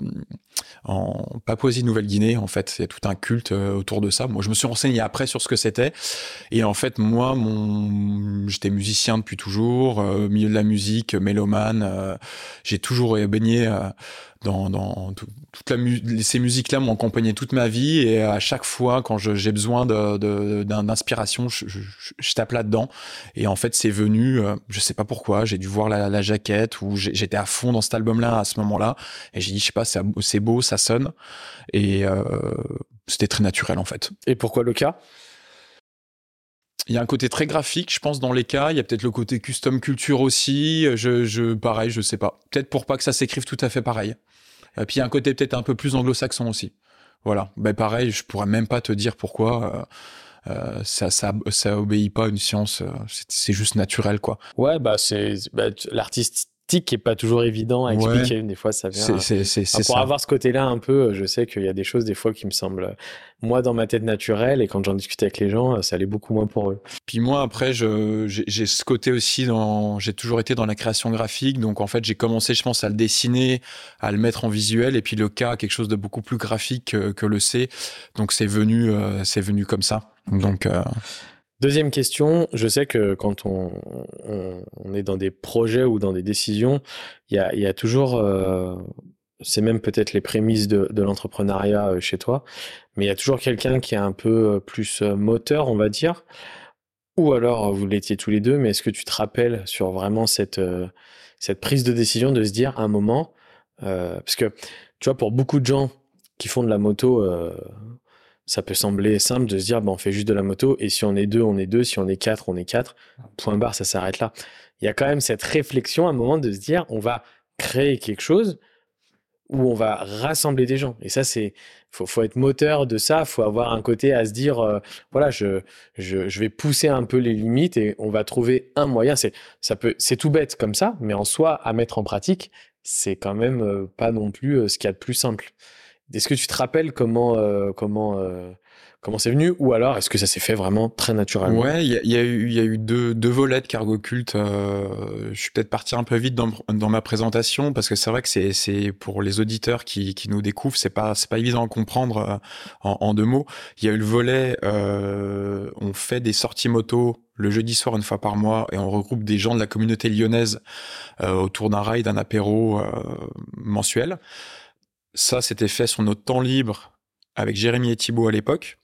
en Papouasie-Nouvelle-Guinée. En fait, il y a tout un culte euh, autour de ça. Moi, je me suis renseigné après sur ce que c'était. Et en fait, moi, mon... j'étais musicien depuis toujours, euh, au milieu de la musique, mélomane. Euh, j'ai toujours baigné euh, dans, dans tout, toute la mu- ces musiques-là m'ont accompagné toute ma vie. Et à chaque fois, quand je, j'ai besoin de, de, d'inspiration, je, je, je tape là-dedans. Et en fait, c'est venu, euh, je sais pas pourquoi, j'ai dû voir la, la jaquette ou j'étais à fond dans cet album-là à ce moment-là. Et j'ai dit, je sais pas, c'est, c'est beau, ça sonne. Et euh, c'était très naturel, en fait. Et pourquoi le cas? Il y a un côté très graphique, je pense, dans les cas. Il y a peut-être le côté custom culture aussi. Je, je, pareil, je sais pas. Peut-être pour pas que ça s'écrive tout à fait pareil. Et puis il y a un côté peut-être un peu plus anglo-saxon aussi. Voilà. Ben pareil, je pourrais même pas te dire pourquoi. Euh, euh, ça, ça, ça obéit pas à une science. Euh, c'est, c'est juste naturel, quoi. Ouais, bah c'est bah, l'artistique qui est pas toujours évident à expliquer. Ouais. Des fois, ça vient. C'est, c'est, c'est, c'est pour ça. avoir ce côté-là un peu, je sais qu'il y a des choses des fois qui me semblent, moi dans ma tête naturelles, et quand j'en discute avec les gens, ça allait beaucoup moins pour eux. Puis moi après, je, j'ai, j'ai ce côté aussi dans, j'ai toujours été dans la création graphique, donc en fait j'ai commencé, je pense, à le dessiner, à le mettre en visuel, et puis le K quelque chose de beaucoup plus graphique que, que le C, donc c'est venu, euh, c'est venu comme ça. Donc euh... Deuxième question, je sais que quand on, on, on est dans des projets ou dans des décisions, il y a, y a toujours, euh, c'est même peut-être les prémices de, de l'entrepreneuriat chez toi, mais il y a toujours quelqu'un qui est un peu plus moteur, on va dire, ou alors vous l'étiez tous les deux, mais est-ce que tu te rappelles sur vraiment cette, cette prise de décision de se dire à un moment, euh, parce que tu vois, pour beaucoup de gens qui font de la moto, euh, ça peut sembler simple de se dire, bah, on fait juste de la moto, et si on est deux, on est deux, si on est quatre, on est quatre, point barre, ça s'arrête là. Il y a quand même cette réflexion à un moment de se dire, on va créer quelque chose où on va rassembler des gens. Et ça, c'est, faut, faut être moteur de ça, faut avoir un côté à se dire, euh, voilà, je, je, je vais pousser un peu les limites et on va trouver un moyen. C'est, ça peut, c'est tout bête comme ça, mais en soi, à mettre en pratique, c'est quand même euh, pas non plus euh, ce qu'il y a de plus simple. Est-ce que tu te rappelles comment, euh, comment, euh, comment c'est venu, ou alors est-ce que ça s'est fait vraiment très naturellement? Ouais, il y a, y a eu, il y a eu deux, deux volets de Cargo Cult. Euh, je suis peut-être parti un peu vite dans, dans ma présentation parce que c'est vrai que c'est, c'est pour les auditeurs qui, qui nous découvrent, c'est pas, c'est pas évident à comprendre euh, en, en deux mots. Il y a eu le volet, euh, on fait des sorties moto le jeudi soir une fois par mois et on regroupe des gens de la communauté lyonnaise euh, autour d'un raid, d'un apéro euh, mensuel. Ça, c'était fait sur notre temps libre avec Jérémy et Thibaut à l'époque,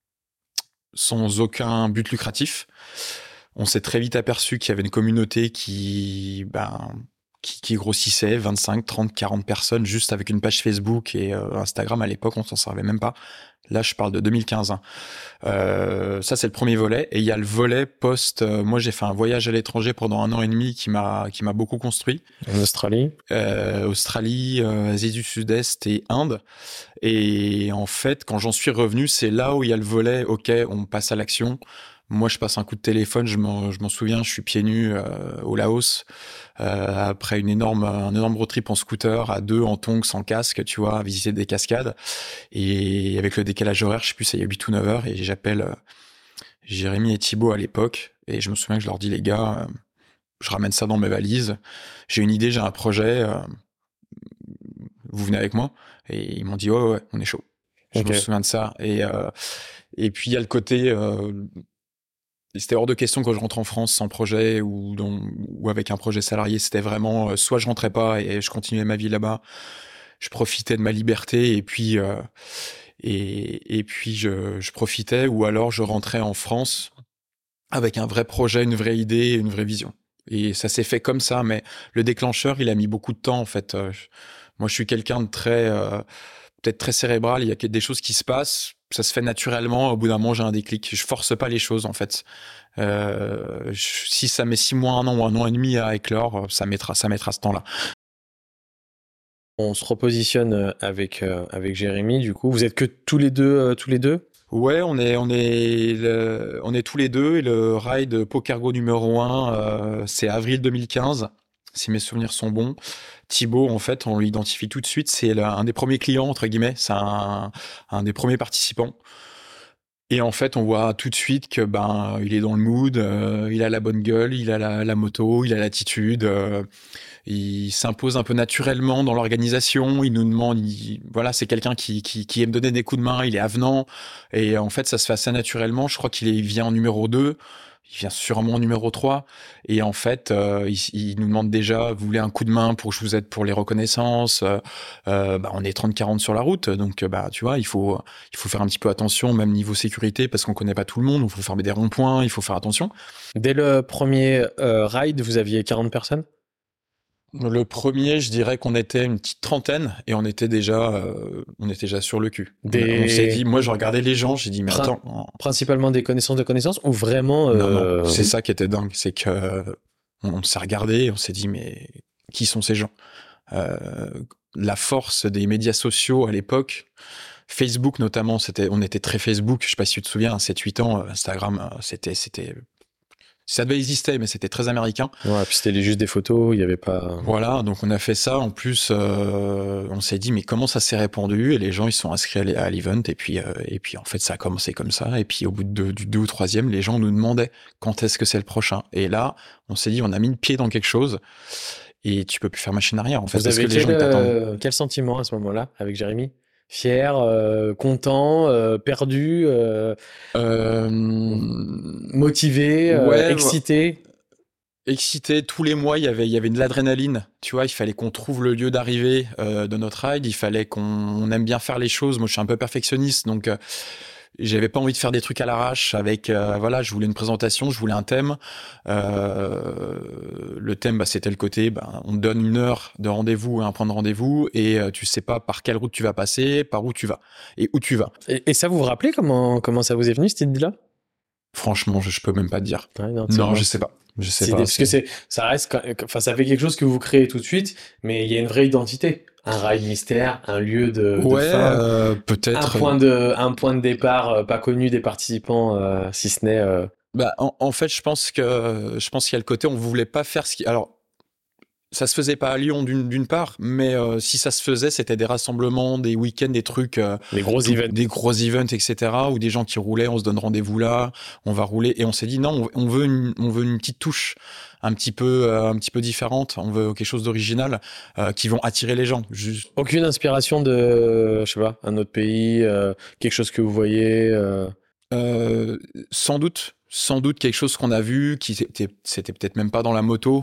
sans aucun but lucratif. On s'est très vite aperçu qu'il y avait une communauté qui, ben, qui, qui grossissait, vingt-cinq, trente, quarante personnes juste avec une page Facebook et euh, Instagram. À l'époque, on s'en servait même pas. Là, je parle de deux mille quinze. Hein. Euh, ça, c'est le premier volet. Et il y a le volet post. Euh, moi, j'ai fait un voyage à l'étranger pendant un an et demi qui m'a qui m'a beaucoup construit. En Australie, euh, Australie, euh, Asie du Sud-Est et Inde. Et en fait, quand j'en suis revenu, c'est là où il y a le volet. Ok, on passe à l'action. Moi, je passe un coup de téléphone. Je m'en je m'en souviens. Je suis pieds nus euh, au Laos euh, après une énorme un énorme road trip en scooter à deux en tongs sans casque, tu vois, à visiter des cascades. Et avec le décalage horaire, je sais plus, ça y a huit ou neuf heures. Et j'appelle euh, Jérémy et Thibaut à l'époque. Et je me souviens que je leur dis, les gars, euh, je ramène ça dans mes valises. J'ai une idée, j'ai un projet. Euh, vous venez avec moi? Et ils m'ont dit, ouais, ouais, on est chaud. Je Ok. me souviens de ça. Et, euh, et puis, il y a le côté, euh, c'était hors de question que je rentre en France sans projet ou, dans, ou avec un projet salarié. C'était vraiment, euh, soit je rentrais pas et je continuais ma vie là-bas. Je profitais de ma liberté et puis, euh, et, et puis je, je profitais, ou alors je rentrais en France avec un vrai projet, une vraie idée, une vraie vision. Et ça s'est fait comme ça, mais le déclencheur, il a mis beaucoup de temps, en fait. Euh, je- moi, je suis quelqu'un de très, euh, peut-être très cérébral. Il y a des choses qui se passent, ça se fait naturellement. Au bout d'un moment, j'ai un déclic. Je force pas les choses, en fait. Euh, je- si ça met six mois, un an ou un an et demi à éclore, ça mettra, ça mettra ce temps-là. On se repositionne euh, avec, euh, avec Jérémy, du coup. Vous êtes que tous les deux, euh, tous les deux? Ouais, on est, on est, le- on est tous les deux, et le ride Pokergo numéro un, euh, c'est avril deux mille quinze, si mes souvenirs sont bons. Thibaut, en fait, on l'identifie tout de suite, c'est le- un des premiers clients, entre guillemets, c'est un, un des premiers participants. Et en fait, on voit tout de suite que ben, il est dans le mood, euh, il a la bonne gueule, il a la, la moto, il a l'attitude, euh, il s'impose un peu naturellement dans l'organisation. Il nous demande, il- voilà, c'est quelqu'un qui, qui, qui aime donner des coups de main, il est avenant. Et en fait, ça se fait assez naturellement. Je crois qu'il est- il vient en numéro deux. Il vient sûrement en numéro trois. Et en fait, euh, il, il nous demande déjà, vous voulez un coup de main pour que je vous aide pour les reconnaissances? Euh, euh, bah, on est trente quarante sur la route. Donc, euh, bah, tu vois, il faut, il faut faire un petit peu attention, même niveau sécurité, parce qu'on connaît pas tout le monde. Il faut fermer des ronds-points, il faut faire attention. Dès le premier euh, ride, vous aviez quarante personnes? Le premier, je dirais qu'on était une petite trentaine et on était déjà, euh, on était déjà sur le cul. On, Des- on s'est dit, moi je regardais les gens, j'ai dit mais Prin- attends, non, Principalement des connaissances de connaissances, ou vraiment... non, euh, c'est ça qui était dingue, c'est que euh, on, on s'est regardé, on s'est dit mais qui sont ces gens? Euh, la force des médias sociaux à l'époque, Facebook notamment, c'était, on était très Facebook. Je sais pas si tu te souviens, à sept huit ans, Instagram, euh, c'était, c'était, ça devait exister, mais c'était très américain. Ouais, puis c'était juste des photos, il n'y avait pas... Voilà, donc on a fait ça. En plus, euh, on s'est dit mais comment ça s'est répandu? Et les gens ils sont inscrits à l- à l'event et puis euh, et puis en fait ça a commencé comme ça. Et puis au bout de deux, du deux ou troisième, les gens nous demandaient quand est-ce que c'est le prochain. Et là, on s'est dit on a mis le pied dans quelque chose et tu peux plus faire machine arrière en fait Vous parce avez que les gens quel, ils t'attendent. euh, quel sentiment à ce moment-là avec Jérémy? Fier, euh, content, euh, perdu, euh, Euh, motivé, euh, ouais, excité? excité. Tous les mois, il y avait, il y avait de l'adrénaline. Tu vois, il fallait qu'on trouve le lieu d'arrivée euh, de notre ride. Il fallait qu'on on aime bien faire les choses. Moi, je suis un peu perfectionniste, donc euh, j'avais pas envie de faire des trucs à l'arrache avec euh, voilà, je voulais une présentation, je voulais un thème. Euh, le thème, bah, c'était le côté, bah, on te donne une heure de rendez-vous, un point de rendez-vous, et euh, tu sais pas par quelle route tu vas passer, par où tu vas et où tu vas. Et, et ça, vous vous rappelez comment, comment ça vous est venu, cette idée-là? Franchement, je, je peux même pas te dire. Ouais, non, Non, bon. je sais pas. Je sais C'est pas. des- parce que c'est, ça reste, quand- enfin, ça fait quelque chose que vous créez tout de suite, mais il y a une vraie identité. Un rail mystère, un lieu de, de Ouais, fin, euh, un peut-être. point de, un point de départ euh, pas connu des participants, euh, si ce n'est. euh, Bah, en, en fait, je pense que je pense qu'il y a le côté, on voulait pas faire ce qui. Alors, ça se faisait pas à Lyon d'une d'une part, mais euh, si ça se faisait, c'était des rassemblements, des week-ends, des trucs, euh, Les gros tout- events. des gros events, et cetera. Ou des gens qui roulaient, on se donne rendez-vous là, on va rouler, et on s'est dit non, on, on veut une, on veut une petite touche un petit peu, euh, un petit peu différente. On veut quelque chose d'original euh, qui vont attirer les gens. Juste, Aucune inspiration de, je sais pas, un autre pays, euh, quelque chose que vous voyez. euh, Euh, sans doute, sans doute quelque chose qu'on a vu, qui était, c'était peut-être même pas dans la moto.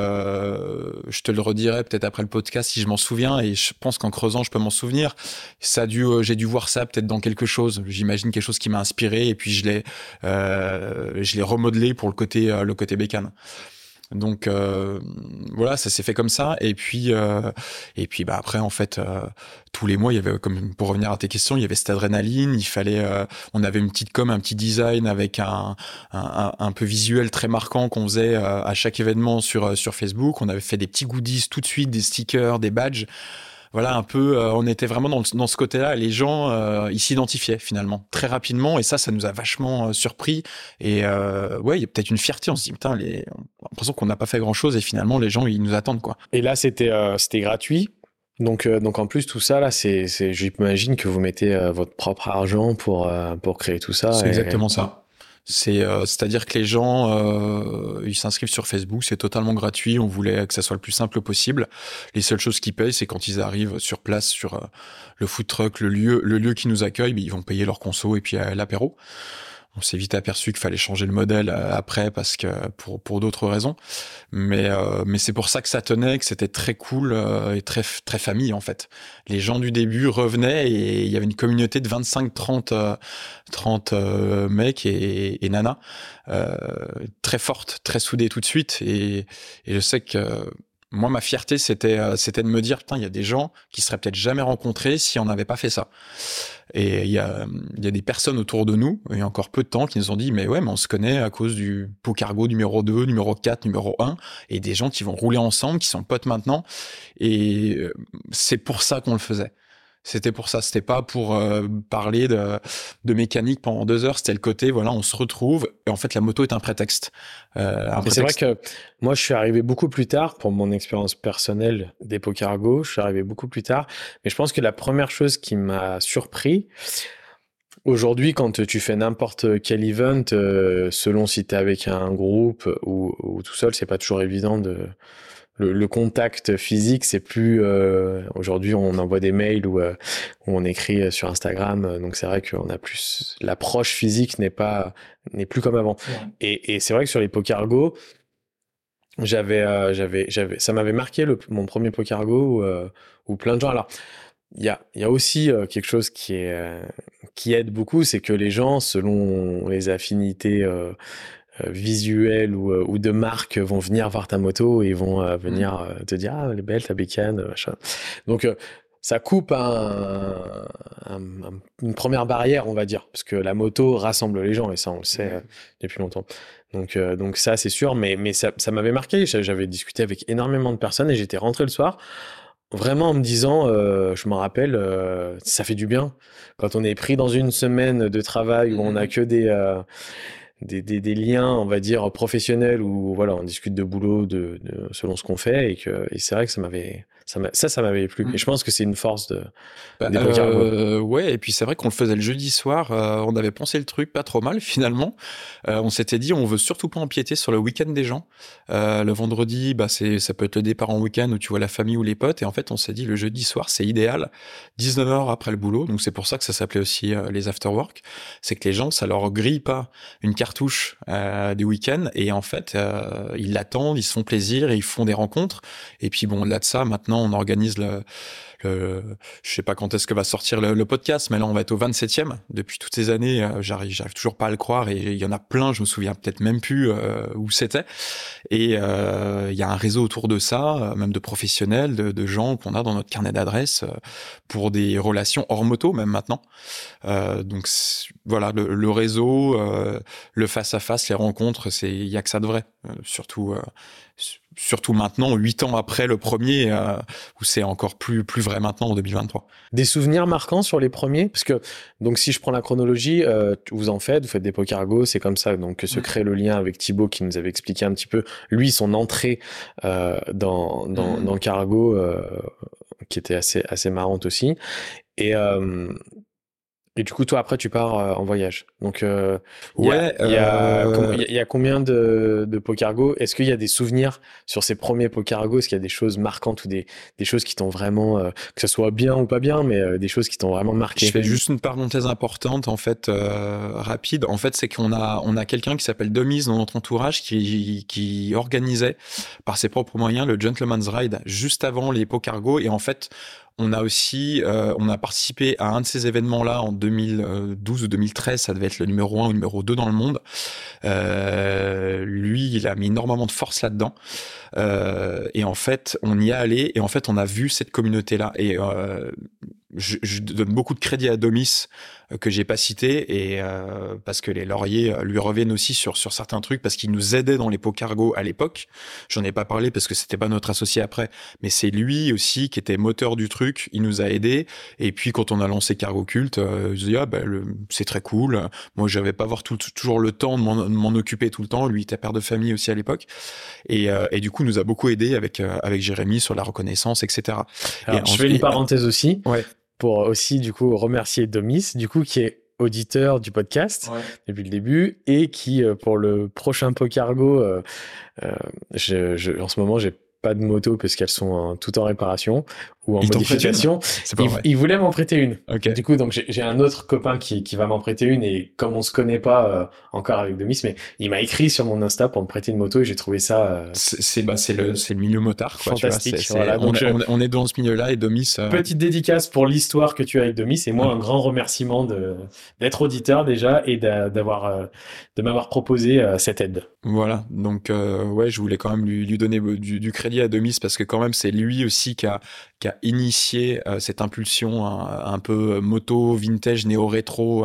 Euh, je te le redirai peut-être après le podcast si je m'en souviens, et je pense qu'en creusant, je peux m'en souvenir. Ça a dû, euh, j'ai dû voir ça peut-être dans quelque chose. J'imagine quelque chose qui m'a inspiré, et puis je l'ai, euh, je l'ai remodelé pour le côté, euh, le côté bécane. Donc euh, voilà, ça s'est fait comme ça, et puis euh, et puis bah après en fait euh, tous les mois il y avait, comme pour revenir à tes questions, il y avait cette adrénaline, il fallait euh, on avait une petite com, un petit design avec un un, un, un peu visuel très marquant qu'on faisait euh, à chaque événement sur sur Facebook. On avait fait des petits goodies tout de suite, des stickers, des badges. Voilà, un peu, euh, on était vraiment dans, le- dans ce côté-là, et les gens, euh, ils s'identifiaient finalement très rapidement, et ça, ça nous a vachement euh, surpris. Et euh, ouais, il y a peut-être une fierté, on se dit, putain, les... on a l'impression qu'on n'a pas fait grand-chose, et finalement, les gens, ils nous attendent, quoi. Et là, c'était, euh, c'était gratuit. Donc, euh, donc en plus, tout ça, là, c'est, c'est, j'imagine que vous mettez euh, votre propre argent pour, euh, pour créer tout ça. C'est et- exactement ça. C'est, euh, c'est-à-dire que les gens, euh, ils s'inscrivent sur Facebook, c'est totalement gratuit. On voulait que ça soit le plus simple possible. Les seules choses qu'ils payent, c'est quand ils arrivent sur place, sur euh, le food truck, le lieu, le lieu qui nous accueille, mais ils vont payer leur conso et puis euh, l'apéro. On s'est vite aperçu qu'il fallait changer le modèle euh, après, parce que pour pour d'autres raisons. Mais euh, mais c'est pour ça que ça tenait, que c'était très cool euh, et très très famille en fait. Les gens du début revenaient, et il y avait une communauté de vingt-cinq trente euh, trente euh, mecs et, et nanas euh, très forte, très soudée tout de suite. Et et je sais que moi, ma fierté, c'était euh, c'était de me dire, putain, il y a des gens qui seraient peut-être jamais rencontrés si on n'avait pas fait ça. Et il y a, il y a des personnes autour de nous, il y a encore peu de temps, qui nous ont dit, mais ouais, mais on se connaît à cause du pot cargo numéro deux, numéro quatre, numéro un, et des gens qui vont rouler ensemble, qui sont potes maintenant. Et euh, c'est pour ça qu'on le faisait. C'était pour ça, c'était pas pour euh, parler de, de mécanique pendant deux heures, c'était le côté, voilà, on se retrouve, et en fait, la moto est un prétexte. Euh, un Mais c'est vrai prétexte. que moi, je suis arrivé beaucoup plus tard pour mon expérience personnelle des pots cargo. Je suis arrivé beaucoup plus tard. Mais je pense que la première chose qui m'a surpris, aujourd'hui, quand tu fais n'importe quel event, euh, selon si tu es avec un groupe ou, ou tout seul, c'est pas toujours évident de. Le, le contact physique, c'est plus. euh, Aujourd'hui, on envoie des mails ou euh, ou on écrit sur Instagram. Donc c'est vrai qu'on a plus. L'approche physique n'est pas n'est plus comme avant. Ouais. Et, et c'est vrai que sur les pots cargo, j'avais, euh, j'avais, j'avais, ça m'avait marqué le, mon premier pot cargo où, euh, où plein de gens. Alors, il y a, il y a aussi euh, quelque chose qui est, euh, qui aide beaucoup, c'est que les gens, selon les affinités euh, euh, visuelles ou, euh, ou de marque, vont venir voir ta moto et vont euh, venir euh, te dire, ah, elle est belle ta bécane, machin. Donc, euh, ça coupe un, un- un- une première barrière, on va dire, parce que la moto rassemble les gens, et ça, on le sait euh, depuis longtemps. Donc, euh, donc ça, c'est sûr, mais, mais ça, ça m'avait marqué. J'a- J'avais discuté avec énormément de personnes, et j'étais rentré le soir, vraiment en me disant, euh, je m'en rappelle, euh, ça fait du bien. Quand on est pris dans une semaine de travail où on a que des, euh, des, des, des liens, on va dire, professionnels, où voilà, on discute de boulot de, de- selon ce qu'on fait, et que et c'est vrai que ça m'avait, ça, m'a- ça, ça m'avait plu. Mm. Et je pense que c'est une force de, Bah, des pots cargo. euh, ouais, et puis c'est vrai qu'on le faisait le jeudi soir, euh, on avait pensé le truc pas trop mal finalement. Euh, on s'était dit, on veut surtout pas empiéter sur le week-end des gens. Euh, le vendredi, bah c'est, ça peut être le départ en week-end où tu vois la famille ou les potes, et en fait on s'est dit, le jeudi soir c'est idéal, dix-neuf heures après le boulot, donc c'est pour ça que ça s'appelait aussi euh, les after-work. C'est que les gens, ça leur grille pas une carte retouches euh, du week-end et en fait euh, ils l'attendent, ils se font plaisir et ils font des rencontres. Et puis bon, au-delà de ça, maintenant on organise le, le je sais pas quand est-ce que va sortir le, le podcast, mais là on va être au vingt-septième. Depuis toutes ces années, euh, j'arrive, j'arrive toujours pas à le croire et il y en a plein, je me souviens peut-être même plus euh, où c'était. Et il euh, y a un réseau autour de ça, même de professionnels, de, de gens qu'on a dans notre carnet d'adresses euh, pour des relations hors moto, même maintenant. Euh, donc voilà, le, le réseau, euh, le face à face, les rencontres, c'est il y a que ça de vrai. Euh, surtout, euh, surtout maintenant, huit ans après le premier, euh, où c'est encore plus plus vrai maintenant en deux mille vingt-trois. Des souvenirs marquants sur les premiers, parce que donc si je prends la chronologie, euh, vous en faites, vous faites des pokergos, c'est comme ça donc que se crée le lien avec Thibaut qui nous avait expliqué un petit peu lui son entrée euh, dans dans, mmh. dans Cargo, euh, qui était assez assez marrante aussi. Et euh, Et du coup, toi, après, tu pars euh, en voyage. Donc, euh, ouais, il y, euh... y, y a combien de, de pokergo? Est-ce qu'il y a des souvenirs sur ces premiers pokergo? Est-ce qu'il y a des choses marquantes ou des, des choses qui t'ont vraiment, euh, que ce soit bien ou pas bien, mais euh, des choses qui t'ont vraiment marqué? Je fais juste une parenthèse importante, en fait, euh, rapide. En fait, c'est qu'on a, on a quelqu'un qui s'appelle Demise dans notre entourage qui, qui organisait par ses propres moyens le Gentleman's Ride juste avant les pokergo. Et en fait, on a aussi, euh, on a participé à un de ces événements-là en deux mille douze ou deux mille treize. Ça devait être le numéro un ou le numéro deux dans le monde. Euh, lui, il a mis énormément de force là-dedans. Euh, et en fait, on y est allé et en fait, on a vu cette communauté-là. Et euh, je, je donne beaucoup de crédit à Domis euh, que j'ai pas cité et euh, parce que les lauriers lui reviennent aussi sur sur certains trucs parce qu'il nous aidait dans les pokergo à l'époque. J'en ai pas parlé parce que c'était pas notre associé après, mais c'est lui aussi qui était moteur du truc. Il nous a aidés et puis quand on a lancé Cargo Cult, euh, je dis ah ben le, c'est très cool. Moi, j'avais pas avoir tout, toujours le temps de m'en, de m'en occuper tout le temps. Lui, il était père de famille aussi à l'époque et, euh, et du coup, nous a beaucoup aidé avec euh, avec Jérémy sur la reconnaissance, et cetera. Alors, et je fais une parenthèse aussi. Ouais. Pour aussi, du coup, remercier Domis, du coup, qui est auditeur du podcast ouais. depuis le début et qui, euh, pour le prochain Pokergo, euh, euh, je, je, en ce moment, j'ai pas de moto parce qu'elles sont en, tout en réparation ou en il modification. C'est pas il, vrai. il voulait m'en prêter une. Okay. Du coup, donc j'ai, j'ai un autre copain qui, qui va m'en prêter une et comme on se connaît pas euh, encore avec Domis, mais il m'a écrit sur mon Insta pour me prêter une moto et j'ai trouvé ça. Euh, c'est c'est, bah, c'est le c'est le milieu motard quoi. Fantastique. Tu vois, c'est, voilà, c'est, donc on, je, on, on est dans ce milieu-là et Domis. Euh... Petite dédicace pour l'histoire que tu as avec Domis et moi ouais. un grand remerciement de d'être auditeur déjà et d'a, d'avoir euh, de m'avoir proposé euh, cette aide. Voilà, donc euh, ouais, je voulais quand même lui, lui donner du, du crédit à Domis parce que quand même c'est lui aussi qui a qui a initié euh, cette impulsion un, un peu moto vintage néo-rétro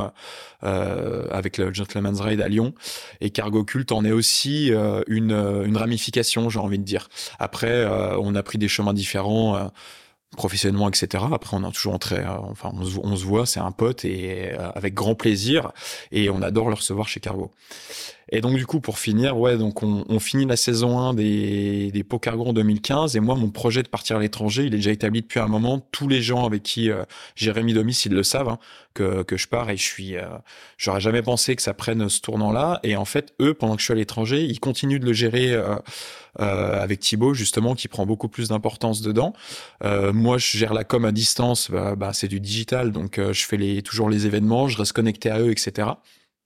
euh, avec le Gentleman's Ride à Lyon et Cargo Cult en est aussi euh, une une ramification, j'ai envie de dire. Après, euh, on a pris des chemins différents. Euh, professionnellement, et cetera. Après, on a toujours entré, euh, enfin, on se, on se voit, c'est un pote et euh, avec grand plaisir et on adore le recevoir chez Cargo. Et donc, du coup, pour finir, ouais, donc on, on finit la saison un des, des Pokergo en deux mille quinze et moi, mon projet de partir à l'étranger, il est déjà établi depuis un moment. Tous les gens avec qui euh, Jérémy Domis, ils le savent, hein, que, que je pars et je suis, euh, j'aurais jamais pensé que ça prenne ce tournant-là. Et en fait, eux, pendant que je suis à l'étranger, ils continuent de le gérer euh, euh, avec Thibaut, justement, qui prend beaucoup plus d'importance dedans. Euh, moi, je gère la com à distance, bah, bah c'est du digital, donc euh, je fais les, toujours les événements, je reste connecté à eux, et cetera.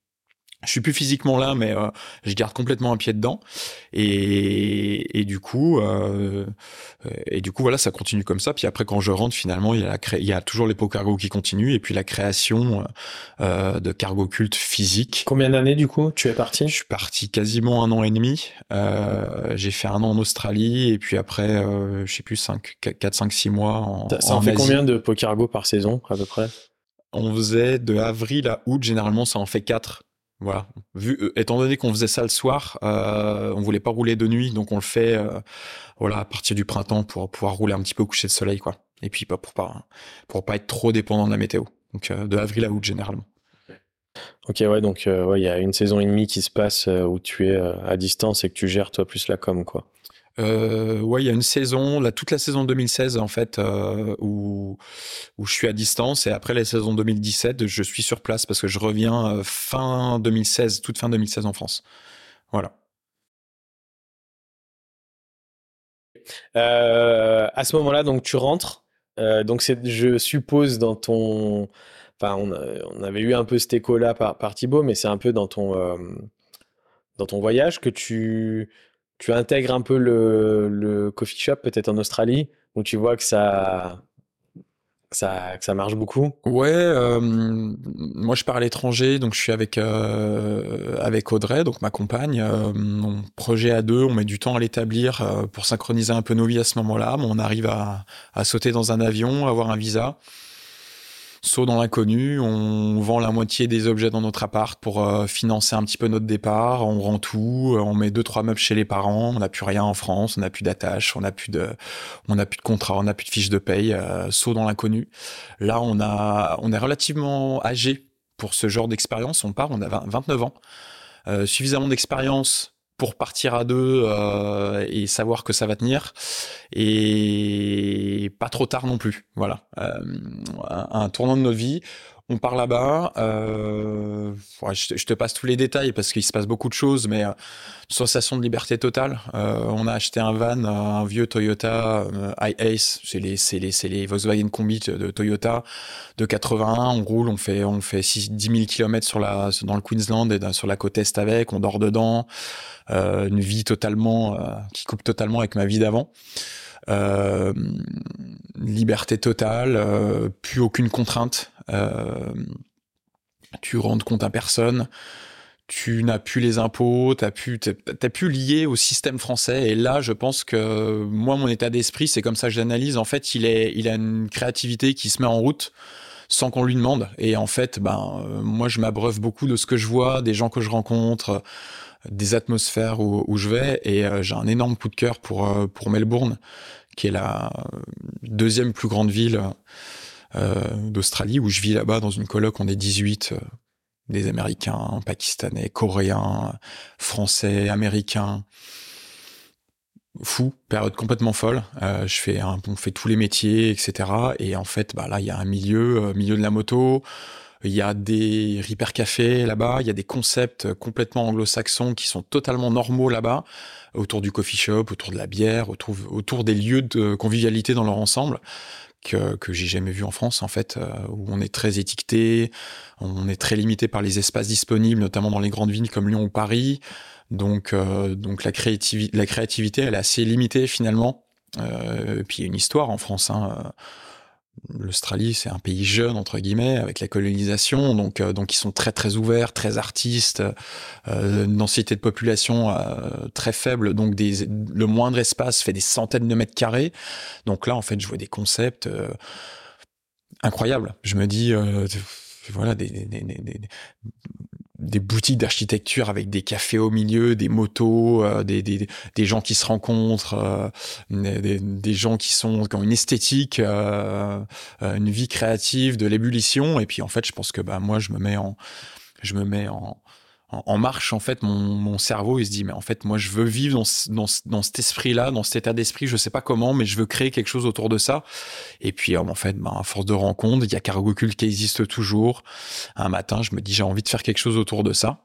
Je suis plus physiquement là, mais euh, je garde complètement un pied dedans. Et, et du coup, euh, et du coup, voilà, ça continue comme ça. Puis après, quand je rentre, finalement, il y a, la cré... il y a toujours les Pokergo qui continuent, et puis la création euh, de Cargo Cult physique. Combien d'années du coup tu es parti ? Je suis parti quasiment un an et demi. Euh, j'ai fait un an en Australie, et puis après, euh, je sais plus, cinq, quatre, cinq, six mois en Ça, ça en, en fait Asie. Combien de Pokergo par saison à peu près ? On faisait de avril à août, généralement, ça en fait quatre. Voilà. Vu, euh, étant donné qu'on faisait ça le soir, euh, on voulait pas rouler de nuit, donc on le fait, euh, voilà, à partir du printemps pour pouvoir rouler un petit peu au coucher de soleil, quoi. Et puis pas pour pas pour pas être trop dépendant de la météo. Donc euh, de avril à août généralement. Ok, ouais, donc il euh, ouais, y a une saison et demie qui se passe euh, où tu es euh, à distance et que tu gères toi plus la com, quoi. Euh, ouais, il y a une saison, là, toute la saison deux mille seize en fait, euh, où où je suis à distance, et après la saison deux mille dix-sept, je suis sur place parce que je reviens euh, fin deux mille seize, toute fin deux mille seize en France. Voilà. Euh, à ce moment-là, donc tu rentres. Euh, donc c'est, je suppose, dans ton, enfin, on, on avait eu un peu cet écho-là par, par Thibaut, mais c'est un peu dans ton. Euh... dans ton voyage que tu, tu intègres un peu le, le coffee shop, peut-être en Australie, où tu vois que ça, que ça, que ça marche beaucoup? Ouais, euh, moi je pars à l'étranger, donc je suis avec euh, avec Audrey, donc ma compagne. Euh, mon projet à deux, on met du temps à l'établir euh, pour synchroniser un peu nos vies à ce moment-là. Mais on arrive à, à sauter dans un avion, avoir un visa, saut dans l'inconnu. On vend la moitié des objets dans notre appart pour euh, financer un petit peu notre départ. On rend tout, on met deux trois meubles chez les parents. On n'a plus rien en France, on n'a plus d'attache, on n'a plus de, on n'a plus de contrat, on n'a plus de fiche de paye. Euh, saut dans l'inconnu. Là, on a, on est relativement âgé pour ce genre d'expérience. On part, on a vingt-neuf ans, euh, suffisamment d'expérience pour partir à deux euh, et savoir que ça va tenir, et pas trop tard non plus. Voilà, euh, un, un tournant de notre vie. On part là-bas. Euh, ouais, je, te, je te passe tous les détails parce qu'il se passe beaucoup de choses, mais euh, sensation de liberté totale. Euh, on a acheté un van, un vieux Toyota euh, i-Ace, c'est les, c'est les, c'est les Volkswagen Combi de Toyota de quatre-vingt-un. On roule, on fait, on fait dix mille kilomètres sur la, dans le Queensland et sur la côte est avec. On dort dedans. Euh, une vie totalement, euh, qui coupe totalement avec ma vie d'avant. Euh, liberté totale, euh, plus aucune contrainte. Euh, tu rends compte à personne. Tu n'as plus les impôts, t'as plus, t'es, t'es plus lié au système français. Et là, je pense que moi, mon état d'esprit, c'est comme ça que j'analyse. En fait, il est, il a une créativité qui se met en route sans qu'on lui demande. Et en fait, ben, euh, moi, je m'abreuve beaucoup de ce que je vois, des gens que je rencontre, des atmosphères où, où je vais. Et euh, j'ai un énorme coup de cœur pour, euh, pour Melbourne, qui est la deuxième plus grande ville euh, d'Australie, où je vis là-bas dans une coloc. On est dix-huit, euh, des Américains, Pakistanais, Coréens, Français, Américains. Fou, période complètement folle. Euh, je fais un, on fait tous les métiers, et cetera. Et en fait, bah là, il y a un milieu, euh, milieu de la moto. Il y a des Ripper Café là-bas. Il y a des concepts complètement anglo-saxons qui sont totalement normaux là-bas, autour du coffee shop, autour de la bière, autour, autour des lieux de convivialité dans leur ensemble, que, que j'ai jamais vu en France, en fait, euh, où on est très étiqueté, on est très limité par les espaces disponibles, notamment dans les grandes villes comme Lyon ou Paris. Donc, euh, donc la, créativi- la créativité, elle est assez limitée finalement. Euh, et puis il y a une histoire en France. Hein. L'Australie, c'est un pays jeune entre guillemets, avec la colonisation, donc euh, donc ils sont très très ouverts, très artistes, euh, une densité de population euh, très faible, donc des, le moindre espace fait des centaines de mètres carrés. Donc là, en fait, je vois des concepts euh, incroyables. Je me dis, euh, voilà, des, des, des, des des boutiques d'architecture avec des cafés au milieu, des motos, euh, des, des, des gens qui se rencontrent, euh, des, des gens qui sont qui ont une esthétique, euh, une vie créative, de l'ébullition. Et puis en fait, je pense que bah moi, je me mets en, je me mets en, en, en marche. En fait, mon, mon cerveau, il se dit mais en fait, moi, je veux vivre dans, dans, dans cet esprit-là, dans cet état d'esprit. Je sais pas comment, mais je veux créer quelque chose autour de ça. Et puis en fait, bah, à force de rencontres, il y a Cargo Cult qui existe toujours. Un matin, je me dis j'ai envie de faire quelque chose autour de ça.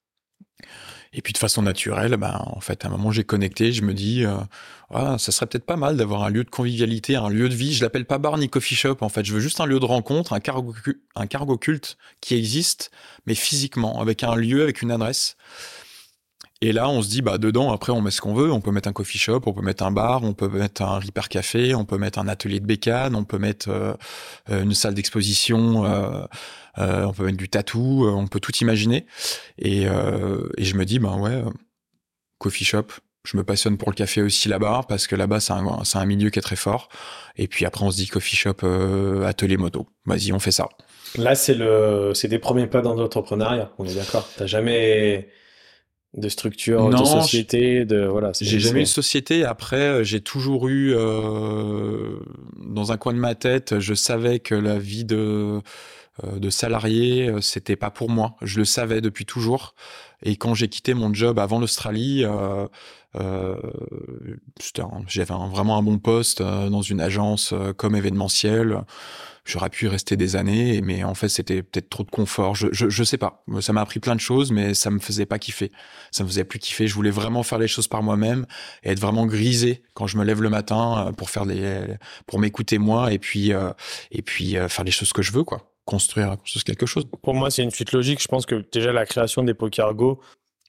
Et puis de façon naturelle, bah, en fait, à un moment, j'ai connecté, je me dis, euh, ah, ça serait peut-être pas mal d'avoir un lieu de convivialité, un lieu de vie. Je l'appelle pas bar ni coffee shop, en fait. Je veux juste un lieu de rencontre, un cargo, un cargo culte qui existe, mais physiquement, avec un lieu, avec une adresse. Et là, on se dit, bah, dedans, après, on met ce qu'on veut. On peut mettre un coffee shop, on peut mettre un bar, on peut mettre un Ripper Café, on peut mettre un atelier de bécane, on peut mettre euh, une salle d'exposition, euh, euh, on peut mettre du tatou, euh, on peut tout imaginer. Et, euh, et je me dis, bah ouais, euh, coffee shop. Je me passionne pour le café aussi là-bas, parce que là-bas, c'est un, c'est un milieu qui est très fort. Et puis après, on se dit coffee shop, euh, atelier moto. Vas-y, on fait ça. Là, c'est le, c'est des premiers pas dans l'entrepreneuriat. On est d'accord. T'as jamais de structure, de Non, société, de voilà. J'ai jamais eu de société. Après, j'ai toujours eu euh, dans un coin de ma tête, je savais que la vie de de salarié, c'était pas pour moi. Je le savais depuis toujours. Et quand j'ai quitté mon job avant l'Australie, euh, euh, un, j'avais un, vraiment un bon poste euh, dans une agence euh, comme événementiel. J'aurais pu y rester des années, mais en fait, c'était peut-être trop de confort. Je, je, je sais pas. Ça m'a appris plein de choses, mais ça me faisait pas kiffer. Ça me faisait plus kiffer. Je voulais vraiment faire les choses par moi-même et être vraiment grisé quand je me lève le matin pour faire les, pour m'écouter moi et puis, euh, et puis euh, faire les choses que je veux, quoi. Construire, construire quelque chose. Pour moi, c'est une suite logique. Je pense que déjà la création des Pokergo,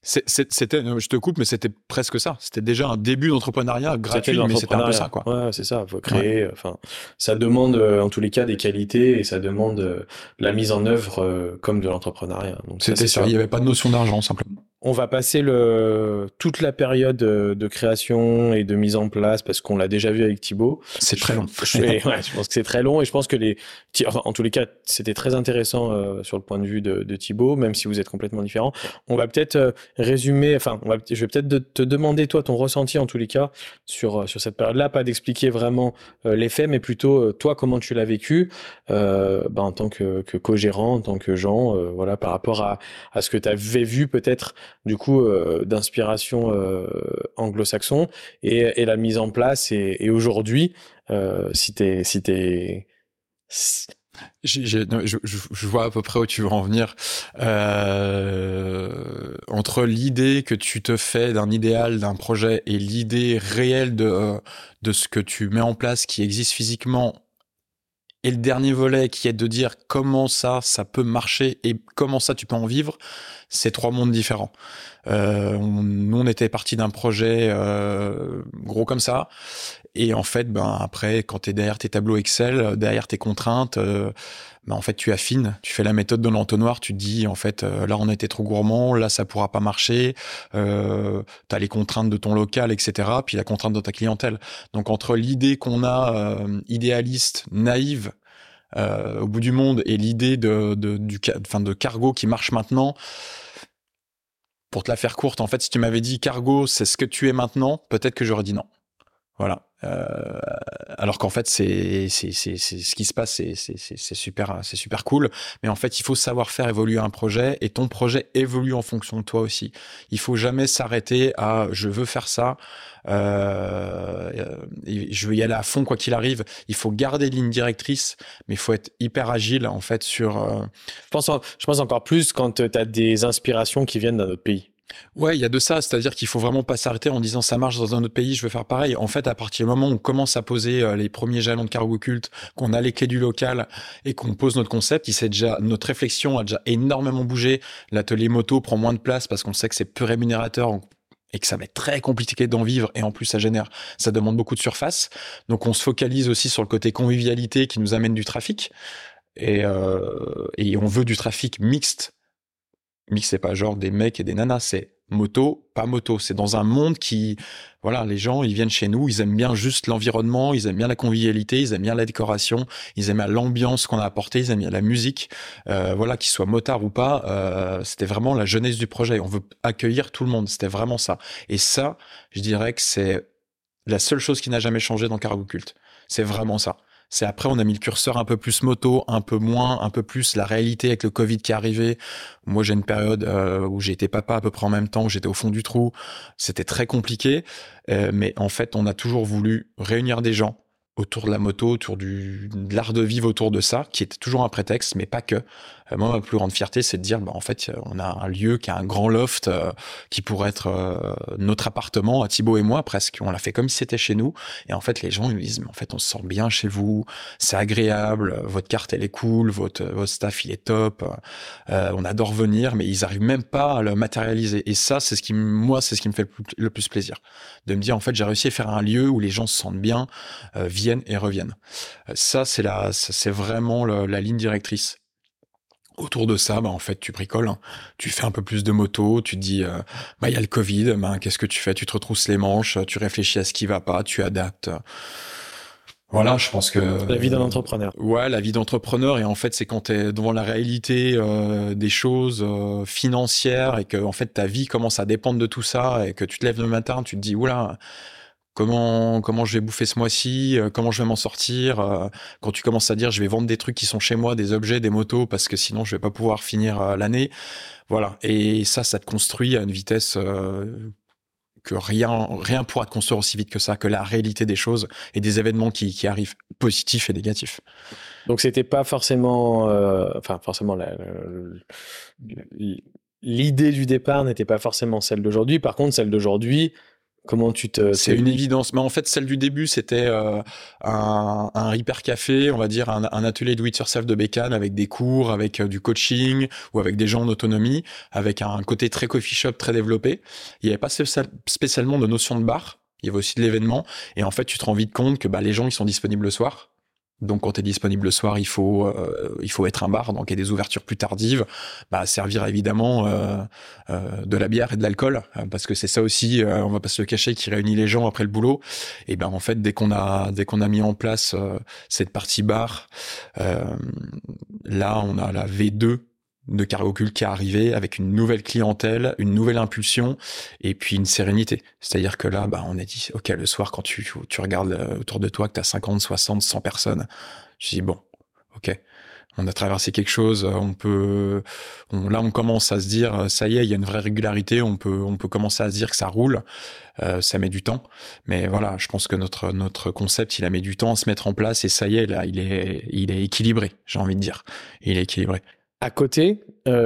C'est, c'est, c'était, je te coupe, mais c'était presque ça. C'était déjà un début d'entrepreneuriat gratuit, C'était de mais c'était un peu ça, l'entrepreneuriat. quoi. Ouais, c'est ça. Faut créer. Enfin, ça demande euh, en tous les cas des qualités et ça demande euh, la mise en œuvre euh, comme de l'entrepreneuriat. Donc ça, C'était c'est ça. sûr. Il n'y avait pas de notion d'argent, simplement. On va passer le toute la période euh, de création et de mise en place parce qu'on l'a déjà vu avec Thibaut. C'est très long. Je, et ouais, je pense que c'est très long et je pense que les, enfin, en tous les cas, c'était très intéressant euh, sur le point de vue de, de Thibaut, même si vous êtes complètement différents. On va peut-être euh, résumer, enfin, on va, je vais peut-être de, te demander toi ton ressenti en tous les cas sur sur cette période-là, pas d'expliquer vraiment euh, les faits, mais plutôt euh, toi comment tu l'as vécu, euh, bah, en tant que, que co-gérant, en tant que Jean, euh, voilà, par rapport à à ce que tu avais vu peut-être du coup euh, d'inspiration euh, anglo-saxon et, et la mise en place et, et aujourd'hui euh, si t'es si t'es si- J'ai, j'ai, non, je, je, je vois à peu près où tu veux en venir. Euh, entre l'idée que tu te fais d'un idéal, d'un projet, et l'idée réelle de, euh, de ce que tu mets en place qui existe physiquement, et le dernier volet qui est de dire comment ça, ça peut marcher et comment ça, tu peux en vivre, c'est trois mondes différents. Euh, on, nous, on était parti d'un projet euh, gros comme ça. Et en fait, ben après, quand tu es derrière tes tableaux Excel, derrière tes contraintes, euh, ben en fait, tu affines, tu fais la méthode de l'entonnoir, tu te dis, en fait, euh, là, on était trop gourmand, là, ça pourra pas marcher, euh, tu as les contraintes de ton local, et cetera, puis la contrainte de ta clientèle. Donc, entre l'idée qu'on a euh, idéaliste, naïve, euh, au bout du monde, et l'idée de, de, du, enfin, de cargo qui marche maintenant, pour te la faire courte, en fait, si tu m'avais dit cargo, c'est ce que tu es maintenant, peut-être que j'aurais dit non. Voilà. Euh, alors qu'en fait, c'est, c'est, c'est, c'est ce qui se passe, c'est, c'est, c'est, c'est super, c'est super cool. Mais en fait, il faut savoir faire évoluer un projet et ton projet évolue en fonction de toi aussi. Il faut jamais s'arrêter à je veux faire ça, euh, je veux y aller à fond quoi qu'il arrive. Il faut garder ligne directrice, mais il faut être hyper agile en fait sur. Euh... Je pense, en, je pense encore plus quand tu as des inspirations qui viennent d'un autre pays. Ouais, il y a de ça, c'est-à-dire qu'il faut vraiment pas s'arrêter en disant ça marche dans un autre pays, je veux faire pareil. En fait, à partir du moment où on commence à poser euh, les premiers jalons de cargo culte, qu'on a les clés du local et qu'on pose notre concept, il sait déjà, notre réflexion a déjà énormément bougé. L'atelier moto prend moins de place parce qu'on sait que c'est peu rémunérateur et que ça va être très compliqué d'en vivre et en plus ça génère, ça demande beaucoup de surface. Donc on se focalise aussi sur le côté convivialité qui nous amène du trafic et, euh, et on veut du trafic mixte. Mix, c'est pas genre des mecs et des nanas, c'est moto, pas moto. C'est dans un monde qui, voilà, les gens, ils viennent chez nous, ils aiment bien juste l'environnement, ils aiment bien la convivialité, ils aiment bien la décoration, ils aiment bien l'ambiance qu'on a apportée, ils aiment bien la musique, euh, voilà, qu'ils soient motards ou pas. Euh, c'était vraiment la jeunesse du projet. On veut accueillir tout le monde. C'était vraiment ça. Et ça, je dirais que c'est la seule chose qui n'a jamais changé dans Cargo Cult. C'est vraiment ça. C'est après, on a mis le curseur un peu plus moto, un peu moins, un peu plus la réalité avec le Covid qui est arrivé. Moi, j'ai une période euh, où j'ai été papa à peu près en même temps, où j'étais au fond du trou. C'était très compliqué. Euh, mais en fait, on a toujours voulu réunir des gens autour de la moto, autour du, de l'art de vivre autour de ça, qui était toujours un prétexte, mais pas que. Euh, moi, ma plus grande fierté, c'est de dire, bah, en fait, on a un lieu qui a un grand loft, euh, qui pourrait être euh, notre appartement, à Thibaut et moi, presque. On l'a fait comme si c'était chez nous. Et en fait, les gens, ils nous disent, mais en fait, on se sent bien chez vous, c'est agréable, votre carte, elle est cool, votre, votre staff, il est top, euh, on adore venir, mais ils arrivent même pas à le matérialiser. Et ça, c'est ce qui, moi, c'est ce qui me fait le plus, le plus plaisir. De me dire, en fait, j'ai réussi à faire un lieu où les gens se sentent bien, euh, viennent et reviennent. Ça, c'est la, c'est vraiment le, la ligne directrice. Autour de ça, bah, en fait, tu bricoles, hein. Tu fais un peu plus de moto, tu te dis, euh, bah, il y a le Covid, bah, qu'est-ce que tu fais? Tu te retrousses les manches, tu réfléchis à ce qui va pas, tu adaptes. Voilà, je pense que... La vie d'un entrepreneur. Ouais, la vie d'entrepreneur, et en fait, c'est quand t'es devant la réalité euh, des choses euh, financières et que, en fait, ta vie commence à dépendre de tout ça et que tu te lèves le matin, tu te dis, oula, Comment comment je vais bouffer ce mois-ci, euh, comment je vais m'en sortir, euh, quand tu commences à dire je vais vendre des trucs qui sont chez moi, des objets, des motos, parce que sinon je vais pas pouvoir finir euh, l'année. Voilà. Et ça, ça te construit à une vitesse euh, que rien rien pourra te construire aussi vite que ça, que la réalité des choses et des événements qui, qui arrivent, positifs et négatifs. Donc c'était pas forcément, euh, enfin forcément la, la, l'idée du départ n'était pas forcément celle d'aujourd'hui. Par contre, celle d'aujourd'hui, Comment tu te... C'est une évidence. Mais en fait, celle du début, c'était euh, un, un hyper café, on va dire un, un atelier do it yourself de Bécane avec des cours, avec euh, du coaching ou avec des gens en autonomie, avec un côté très coffee shop très développé. Il n'y avait pas spécial- spécialement de notion de bar. Il y avait aussi de l'événement. Et en fait, tu te rends vite compte que bah, les gens, ils sont disponibles le soir. Donc, quand tu es disponible le soir, il faut euh, il faut être un bar. Donc, il y a des ouvertures plus tardives. Bah, servir évidemment euh, euh, de la bière et de l'alcool, euh, parce que c'est ça aussi. Euh, on va pas se le cacher, qui réunit les gens après le boulot. Et ben en fait, dès qu'on a dès qu'on a mis en place euh, cette partie bar, euh, là, on a la V deux de Cargo Cult qui est arrivée avec une nouvelle clientèle, une nouvelle impulsion et puis une sérénité. C'est-à-dire que là, bah, on a dit, OK, le soir, quand tu, tu regardes autour de toi que tu as cinquante, soixante, cent personnes, je dis, bon, OK, on a traversé quelque chose, on peut, on, là, on commence à se dire, ça y est, il y a une vraie régularité, on peut, on peut commencer à se dire que ça roule. Euh, ça met du temps, mais voilà, je pense que notre notre concept, il a mis du temps à se mettre en place et ça y est, là, il est, il est équilibré, j'ai envie de dire. Il est équilibré. À côté,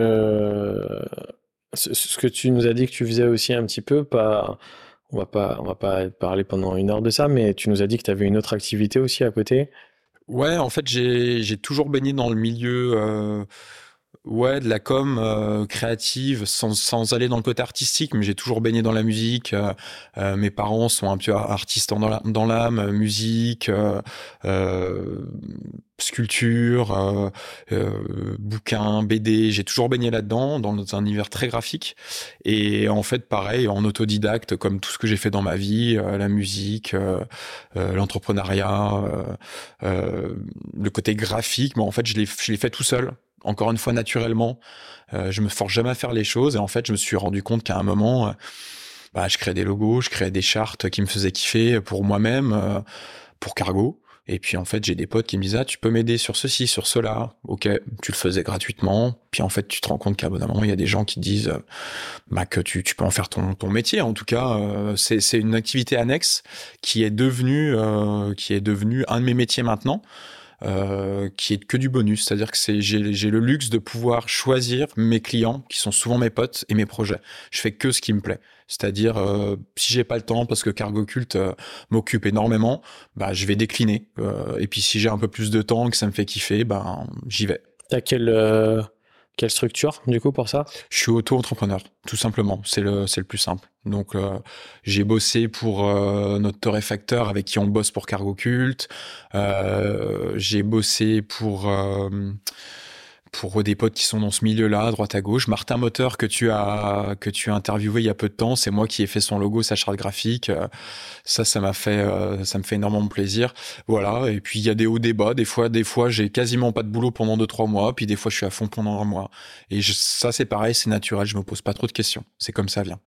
euh, ce, ce que tu nous as dit que tu faisais aussi un petit peu, pas, on va pas, on va pas parler pendant une heure de ça, mais tu nous as dit que tu avais une autre activité aussi à côté. Ouais, en fait, j'ai j'ai toujours baigné dans le milieu euh, ouais, de la com euh, créative sans sans aller dans le côté artistique, mais j'ai toujours baigné dans la musique. Euh, euh, mes parents sont un peu artistes dans la, dans l'âme, musique, euh, euh, sculpture, euh, euh, bouquins, B D. J'ai toujours baigné là-dedans, dans un univers très graphique. Et en fait, pareil, en autodidacte, comme tout ce que j'ai fait dans ma vie, euh, la musique, euh, euh, l'entrepreneuriat, euh, euh, le côté graphique, mais en fait, je l'ai je l'ai fait tout seul. Encore une fois, naturellement, euh, je me force jamais à faire les choses. Et en fait, je me suis rendu compte qu'à un moment, euh, bah, je créais des logos, je créais des chartes qui me faisaient kiffer pour moi-même, euh, pour Cargo. Et puis en fait, j'ai des potes qui me disent, ah, tu peux m'aider sur ceci, sur cela. Ok, tu le faisais gratuitement. Puis en fait, tu te rends compte qu'à bout d'un moment, il y a des gens qui te disent, euh, bah, que tu, tu peux en faire ton, ton métier. En tout cas, euh, c'est, c'est une activité annexe qui est devenue, euh, qui est devenue un de mes métiers maintenant. Euh, qui est que du bonus, c'est-à-dire que c'est j'ai j'ai le luxe de pouvoir choisir mes clients qui sont souvent mes potes et mes projets. Je fais que ce qui me plaît, c'est-à-dire euh, si j'ai pas le temps parce que Cargo Cult euh, m'occupe énormément, bah je vais décliner. Euh, et puis si j'ai un peu plus de temps que ça me fait kiffer, ben j'y vais. T'as quelle euh, quelle structure du coup pour ça? Je suis auto-entrepreneur, tout simplement. C'est le c'est le plus simple. Donc euh, j'ai bossé pour euh, notre torréfacteur avec qui on bosse pour Cargo Cult. Euh, j'ai bossé pour euh, pour des potes qui sont dans ce milieu-là, à droite à gauche. Martin Moteur que tu as que tu as interviewé il y a peu de temps, c'est moi qui ai fait son logo, sa charte graphique. Euh, ça, ça m'a fait euh, ça me fait énormément plaisir. Voilà. Et puis il y a des hauts, des bas. Des fois, des fois, j'ai quasiment pas de boulot pendant deux trois mois. Puis des fois, je suis à fond pendant un mois. Et je, ça, c'est pareil, c'est naturel. Je me pose pas trop de questions. C'est comme ça vient.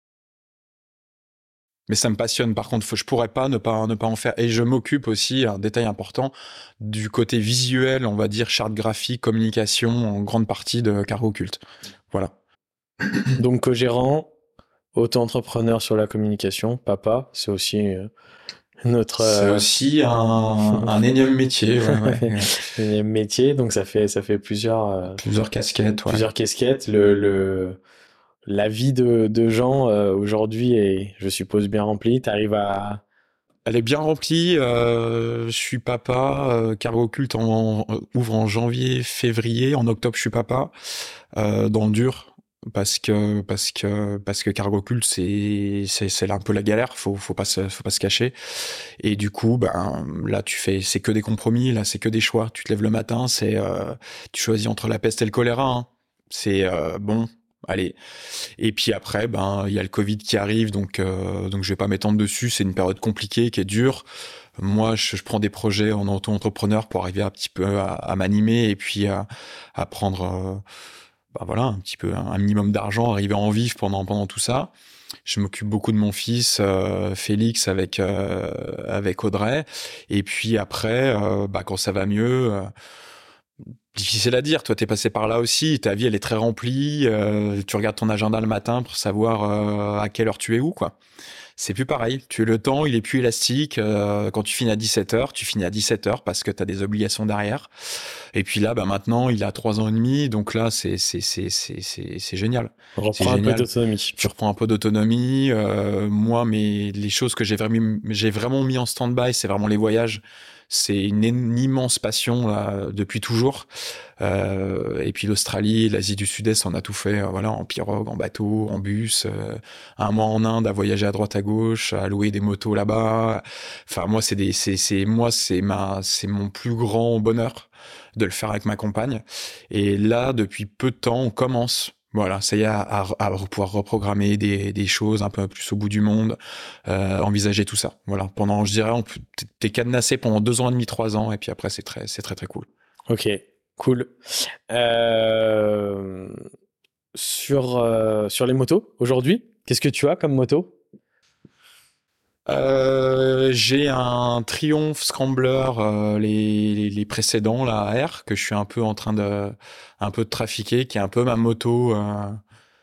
Mais ça me passionne. Par contre, faut, je pourrais pas ne pas ne pas en faire. Et je m'occupe aussi, un détail important, du côté visuel, on va dire charte graphique, communication, en grande partie de Cargo Cult. Voilà. Donc co-gérant, auto-entrepreneur sur la communication, papa, c'est aussi euh, notre C'est euh, aussi un, un énième métier, ouais, ouais. énième métier. Donc ça fait ça fait plusieurs euh, Plusieurs casquettes, ouais. plusieurs casquettes. Le le la vie de de Jean euh, aujourd'hui est, je suppose, bien remplie. T'arrives à Elle est bien remplie. Euh, je suis papa. Euh, Cargo Cult en, en- ouvre en janvier, février. En octobre, je suis papa. Euh, dans le dur. Parce que parce que parce que Cargo Cult c'est c'est c'est un peu la galère, faut faut pas se faut pas se cacher. Et du coup, ben là tu fais c'est que des compromis, là c'est que des choix. Tu te lèves le matin, c'est euh, tu choisis entre la peste et le choléra, hein. C'est euh, bon, allez. Et puis après, ben il y a le Covid qui arrive, donc euh, donc je vais pas m'étendre dessus. C'est une période compliquée, qui est dure. Moi, je, je prends des projets en auto-entrepreneur pour arriver un petit peu à, à m'animer et puis à, à prendre, euh, ben voilà, un petit peu un minimum d'argent, arriver à en vivre pendant pendant tout ça. Je m'occupe beaucoup de mon fils euh, Félix avec euh, avec Audrey. Et puis après, euh, bah quand ça va mieux. Euh, Difficile à dire, toi t'es passé par là aussi, ta vie elle est très remplie, euh, tu regardes ton agenda le matin pour savoir euh, à quelle heure tu es où, quoi. c'est plus pareil. Tu le temps, il est plus élastique. Euh, quand tu finis à dix-sept heures, tu finis à dix-sept heures parce que tu as des obligations derrière. Et puis là, bah maintenant, il a trois ans et demi, donc là, c'est c'est c'est c'est c'est c'est génial. On reprend C'est un peu génial. d'autonomie. Tu reprends un peu d'autonomie. Euh, moi, mais les choses que j'ai vraiment j'ai vraiment mis en stand-by, c'est vraiment les voyages. C'est une, une immense passion là, depuis toujours. Euh, et puis l'Australie, l'Asie du Sud-Est, on a tout fait. Euh, voilà, en pirogue, en bateau, en bus. Euh, un mois en Inde, à voyager à droite à gauche, à louer des motos là-bas. Enfin, moi, c'est des, c'est, c'est moi, c'est ma, c'est mon plus grand bonheur de le faire avec ma compagne. Et là, depuis peu de temps, on commence. Voilà, ça y est, à, à, à pouvoir reprogrammer des, des choses un peu plus au bout du monde, euh, envisager tout ça. Voilà, pendant, je dirais, on peut, t'es cadenassé pendant deux ans et demi, trois ans, et puis après, c'est très, c'est très, très cool. Ok, cool. Euh, sur, euh, sur les motos, aujourd'hui, qu'est-ce que tu as comme moto? Euh, j'ai un Triumph Scrambler, euh, les, les, les précédents, là, R, que je suis un peu en train de, un peu de trafiquer, qui est un peu ma moto, euh,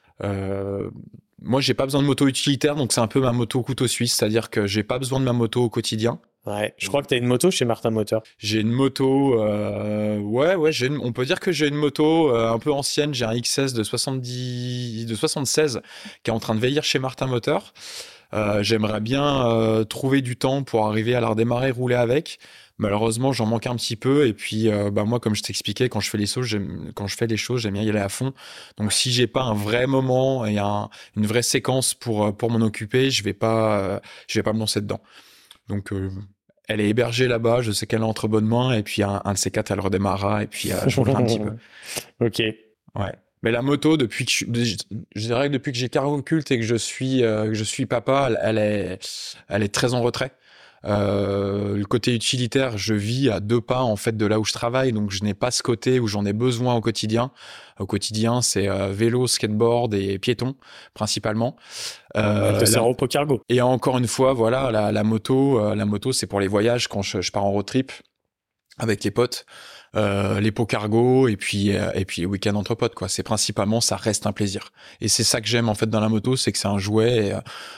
euh, moi, j'ai pas besoin de moto utilitaire, donc c'est un peu ma moto couteau suisse, c'est-à-dire que j'ai pas besoin de ma moto au quotidien. Ouais, je crois que tu as une moto chez Martin Moteur. J'ai une moto, euh, ouais, ouais, j'ai une- on peut dire que j'ai une moto euh, un peu ancienne. J'ai un X S de soixante-dix, de soixante-seize qui est en train de vieillir chez Martin Moteur. Euh, j'aimerais bien euh, trouver du temps pour arriver à la redémarrer, rouler avec. Malheureusement, j'en manque un petit peu. Et puis, euh, bah moi, comme je t'expliquais, quand je fais les choses, j'aime, quand je fais les choses, j'aime bien y aller à fond. Donc, si j'ai pas un vrai moment et un, une vraie séquence pour pour m'en occuper, je vais pas, euh, je vais pas me lancer dedans. Donc, euh, elle est hébergée là-bas. Je sais qu'elle est entre bonnes mains. Et puis, un, un de ces quatre, elle redémarrera. Et puis, euh, je roulerai un petit peu. Ok. Ouais. Mais la moto, depuis que je, je, je dirais que depuis que j'ai Cargo Cult et que je suis euh, que je suis papa, elle, elle est elle est très en retrait. Euh, le côté utilitaire, je vis à deux pas en fait de là où je travaille, donc je n'ai pas ce côté où j'en ai besoin au quotidien. Au quotidien, c'est euh, vélo, skateboard et piéton principalement. Euh, Euh, te sert la- au pot cargo. et encore une fois, voilà, la, la moto, euh, la moto, c'est pour les voyages quand je, je pars en road trip avec les potes. Euh, les pots cargo et puis euh, et puis week-end entre potes quoi. C'est principalement, ça reste un plaisir et c'est ça que j'aime en fait dans la moto, c'est que c'est un jouet et,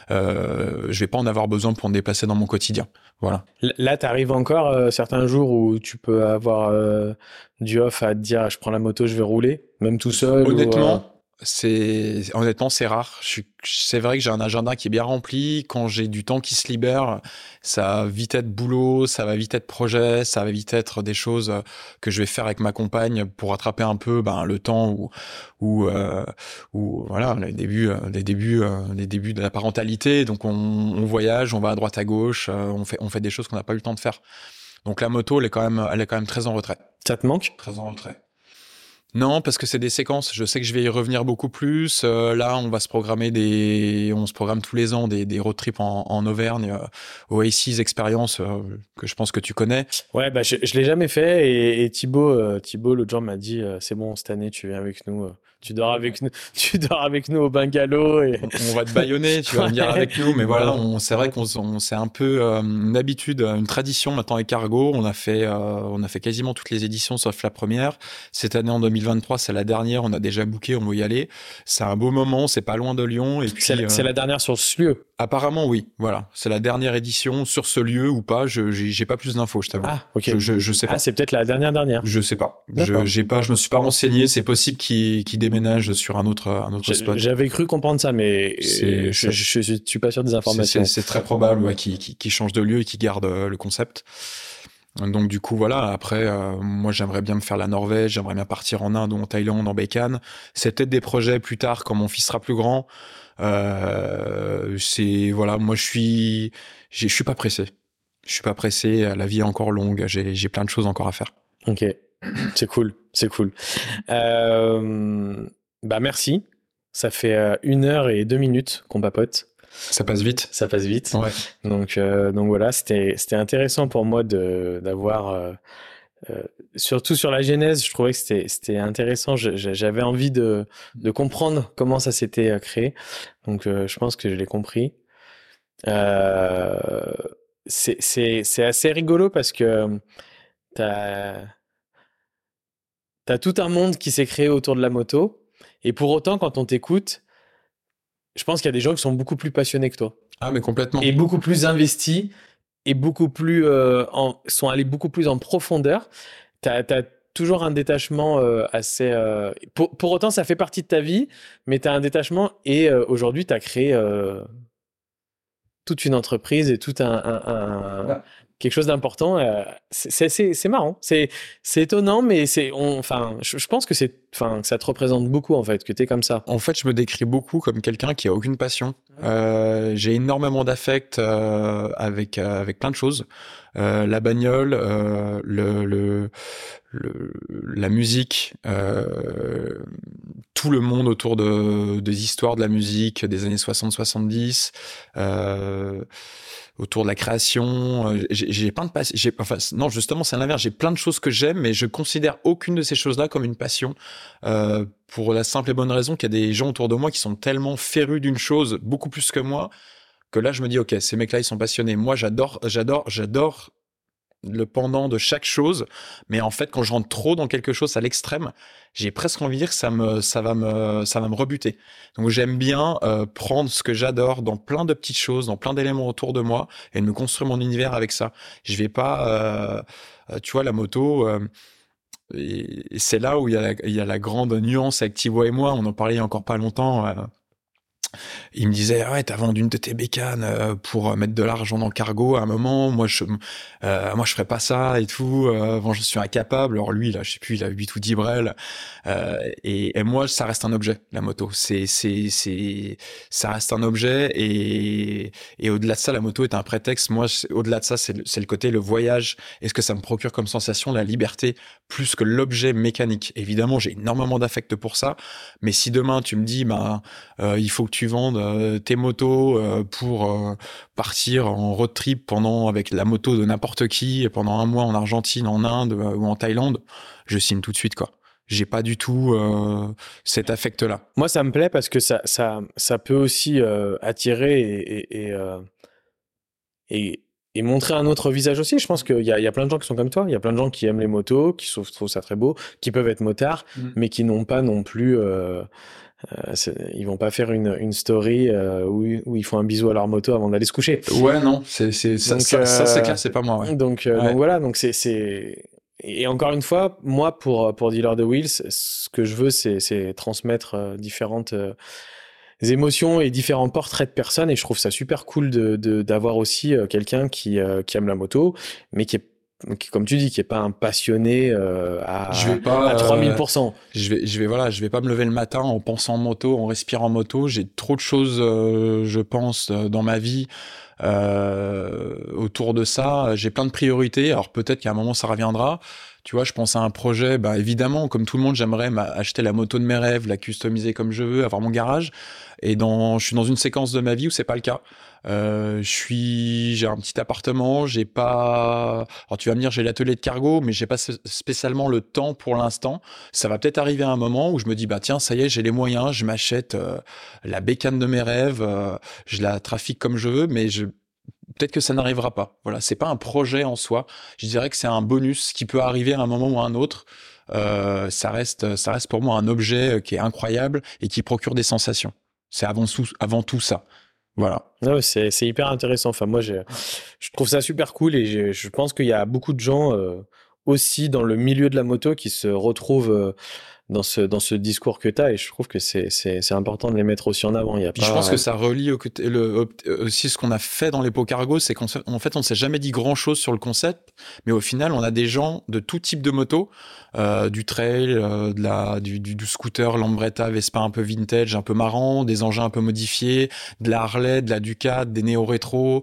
euh, je vais pas en avoir besoin pour me déplacer dans mon quotidien. Voilà. L- Là, t'arrives encore euh, certains jours où tu peux avoir euh, du off à te dire je prends la moto, je vais rouler, même tout seul. ou, euh, Honnêtement, c'est honnêtement c'est rare. Je suis, c'est vrai que j'ai un agenda qui est bien rempli. Quand j'ai du temps qui se libère, ça va vite être boulot, ça va vite être projet, ça va vite être des choses euh, que je vais faire avec ma compagne pour rattraper un peu ben, le temps où où euh, où voilà les débuts euh, les débuts euh, les débuts de la parentalité. Donc on, on voyage, on va à droite à gauche, euh, on fait on fait des choses qu'on n'a pas eu le temps de faire. Donc la moto, elle est quand même elle est quand même très en retrait. Ça te manque? Très en retrait. Non, parce que c'est des séquences. Je sais que je vais y revenir beaucoup plus. Euh, là, on va se programmer des, on se programme tous les ans des, des road trips en, en Auvergne, euh, Oasis Experience, euh, que je pense que tu connais. Ouais, bah je, je l'ai jamais fait et, et Thibaut, euh, Thibaut l'autre jour m'a dit euh, c'est bon cette année tu viens avec nous, euh, tu dors avec nous, tu dors avec nous au bungalow et On va te bâillonner, tu vas venir Ouais. avec nous. Mais voilà, on, c'est vrai qu'on on, c'est un peu euh, une habitude, une tradition maintenant avec Cargo. On a fait, euh, on a fait quasiment toutes les éditions sauf la première. Cette année en deux mille vingt-trois, c'est la dernière. On a déjà booké, on veut y aller. C'est un beau moment, c'est pas loin de Lyon. Et puis, c'est la, euh, c'est la dernière sur ce lieu. apparemment, oui. Voilà, c'est la dernière édition sur ce lieu ou pas. Je j'ai, j'ai pas plus d'infos, je t'avoue. Ah, ok. Je, je, je sais pas. Ah, c'est peut-être la dernière dernière. Je sais pas. D'accord. Je j'ai pas. Je me suis pas renseigné. C'est possible qu'il qu'il déménage sur un autre un autre J'ai- spot. J'avais cru comprendre ça, mais C'est- euh, je, c'est- je, je suis pas sûr des C'est- informations. C'est c'est très probable ouais, qu'il qu'il- qu'il change de lieu et qu'il garde euh, le concept. Donc du coup voilà. Après, euh, moi j'aimerais bien me faire la Norvège. J'aimerais bien partir en Inde ou en Thaïlande, en Bacon. C'est peut-être des projets plus tard quand mon fils sera plus grand. Euh, c'est voilà. Moi je suis j'ai- je suis pas pressé. Je suis pas pressé. La vie est encore longue. J'ai j'ai plein de choses encore à faire. Ok, c'est cool, c'est cool. Euh, bah merci. Ça fait euh, une heure et deux minutes qu'on papote. Ça passe vite. Ça passe vite. Ouais. Donc, euh, donc voilà, c'était c'était intéressant pour moi de d'avoir euh, euh, surtout sur la genèse. Je trouvais que c'était c'était intéressant. Je- je- J'avais envie de de comprendre comment ça s'était euh, créé. Donc, euh, je pense que je l'ai compris. Euh, c'est c'est c'est assez rigolo parce que t'as t'as tout un monde qui s'est créé autour de la moto. Et pour autant, quand on t'écoute, je pense qu'il y a des gens qui sont beaucoup plus passionnés que toi. Ah, mais complètement. et beaucoup plus investis et beaucoup plus euh, en, sont allés beaucoup plus en profondeur. T'as, t'as toujours un détachement euh, assez. Euh, pour, pour autant, ça fait partie de ta vie, mais t'as un détachement et euh, aujourd'hui, t'as créé euh, toute une entreprise et tout un, un, un- Ouais. quelque chose d'important. euh, c'est, c'est, c'est c'est marrant, c'est, c'est étonnant, mais c'est, on, enfin, je, je pense que c'est, enfin, que ça te représente beaucoup en fait, que t'es comme ça. En fait, je me décris beaucoup comme quelqu'un qui a aucune passion. Euh, j'ai énormément d'affect euh, avec euh, avec plein de choses. Euh, la bagnole, euh, le, le, le la musique, euh, tout le monde autour de des histoires de la musique des années soixante soixante-dix, euh, autour de la création. Euh, J'ai, j'ai plein de passion. J'ai, enfin, non, justement, c'est l'inverse. J'ai plein de choses que j'aime, mais je considère aucune de ces choses-là comme une passion. Euh, pour la simple et bonne raison qu'il y a des gens autour de moi qui sont tellement férus d'une chose, beaucoup plus que moi, que là, je me dis, OK, ces mecs-là, ils sont passionnés. Moi, j'adore, j'adore, j'adore le pendant de chaque chose. Mais en fait, quand je rentre trop dans quelque chose à l'extrême, j'ai presque envie de dire que ça me, ça va me, ça va me rebuter. Donc, j'aime bien euh, prendre ce que j'adore dans plein de petites choses, dans plein d'éléments autour de moi et de me construire mon univers avec ça. Je vais pas, euh, euh, tu vois, la moto, euh, et et c'est là où il y a la, il y a la grande nuance avec Thibaut et moi. On en parlait il y a encore pas longtemps. euh, Il me disait, ah ouais, t'as vendu une de tes bécanes euh, pour mettre de l'argent dans le cargo à un moment. Moi, je, euh, moi, je ferais pas ça et tout. Euh, bon, je suis incapable. Alors lui, là, je sais plus, il a huit ou dix brels. Euh, et, et moi, ça reste un objet, la moto. C'est, c'est, c'est, ça reste un objet. Et, et au-delà de ça, la moto est un prétexte. Moi, c'est- au-delà de ça, c'est, le- c'est le côté, le voyage. Et ce que ça me procure comme sensation, la liberté, plus que l'objet mécanique. Évidemment, j'ai énormément d'affect pour ça. Mais si demain, tu me dis, bah, euh, il faut que tu vendes euh, tes motos euh, pour euh, partir en road trip pendant avec la moto de n'importe qui pendant un mois en Argentine, en Inde euh, ou en Thaïlande, je signe tout de suite quoi. J'ai pas du tout euh, cet affect-là. Moi, ça me plaît parce que ça, ça, ça peut aussi euh, attirer et, et, et, euh, et, et montrer un autre visage aussi. Je pense qu'il y a, il y a plein de gens qui sont comme toi. Il y a plein de gens qui aiment les motos, qui trouvent trouvent ça très beau, qui peuvent être motards, Mm. mais qui n'ont pas non plus. Euh, euh, c'est- ils vont pas faire une, une story euh, où, où ils font un bisou à leur moto avant d'aller se coucher. Ouais, non, c'est c'est ça, Donc, ça, ça, c'est euh, clair, c'est pas moi. Ouais. Donc, euh, Ouais. donc voilà, donc c'est, c'est... Et encore une fois, moi, pour, pour Dealer de Wheels, ce que je veux, c'est, c'est transmettre euh, différentes euh, émotions et différents portraits de personnes. Et je trouve ça super cool de, de, d'avoir aussi euh, quelqu'un qui, euh, qui aime la moto, mais qui est, qui, comme tu dis, qui est pas un passionné euh, à, Je vais pas, à trois mille euh, pour cent. Je vais, je vais, voilà, je vais pas me lever le matin en pensant moto, en respirant moto. J'ai trop de choses, euh, je pense, euh, dans ma vie euh, autour de ça. J'ai plein de priorités. Alors peut-être qu'à un moment ça reviendra. Tu vois, je pense à un projet. Bah évidemment, comme tout le monde, j'aimerais m'a- acheter la moto de mes rêves, la customiser comme je veux, avoir mon garage. Et dans, je suis dans une séquence de ma vie où c'est pas le cas. Euh, je suis, j'ai un petit appartement, j'ai pas. Alors tu vas me dire, j'ai l'atelier de cargo, mais j'ai pas s- spécialement le temps pour l'instant. Ça va peut-être arriver à un moment où je me dis, bah tiens, ça y est, j'ai les moyens, je m'achète euh, la bécane de mes rêves, euh, je la trafique comme je veux, mais je peut-être que ça n'arrivera pas. Voilà, c'est pas un projet en soi. Je dirais que c'est un bonus qui peut arriver à un moment ou à un autre. Euh, ça reste, ça reste pour moi un objet qui est incroyable et qui procure des sensations. C'est avant tout, avant tout ça. Voilà. Ouais, c'est, c'est hyper intéressant. Enfin, moi, j'ai, je trouve ça super cool et je, je pense qu'il y a beaucoup de gens euh, aussi dans le milieu de la moto qui se retrouvent euh, dans ce, dans ce discours que tu as et je trouve que c'est, c'est, c'est important de les mettre aussi en avant. Il y a Puis je pas... pense que ça relie au côté, le, au- aussi ce qu'on a fait dans les pots cargo, c'est qu'en fait, en fait, on s'est jamais dit grand chose sur le concept, mais au final, on a des gens de tout type de moto, euh, du trail, euh, de la, du, du, du scooter, Lambretta, Vespa un peu vintage, un peu marrant, des engins un peu modifiés, de la Harley, de la Ducat, des néo rétro,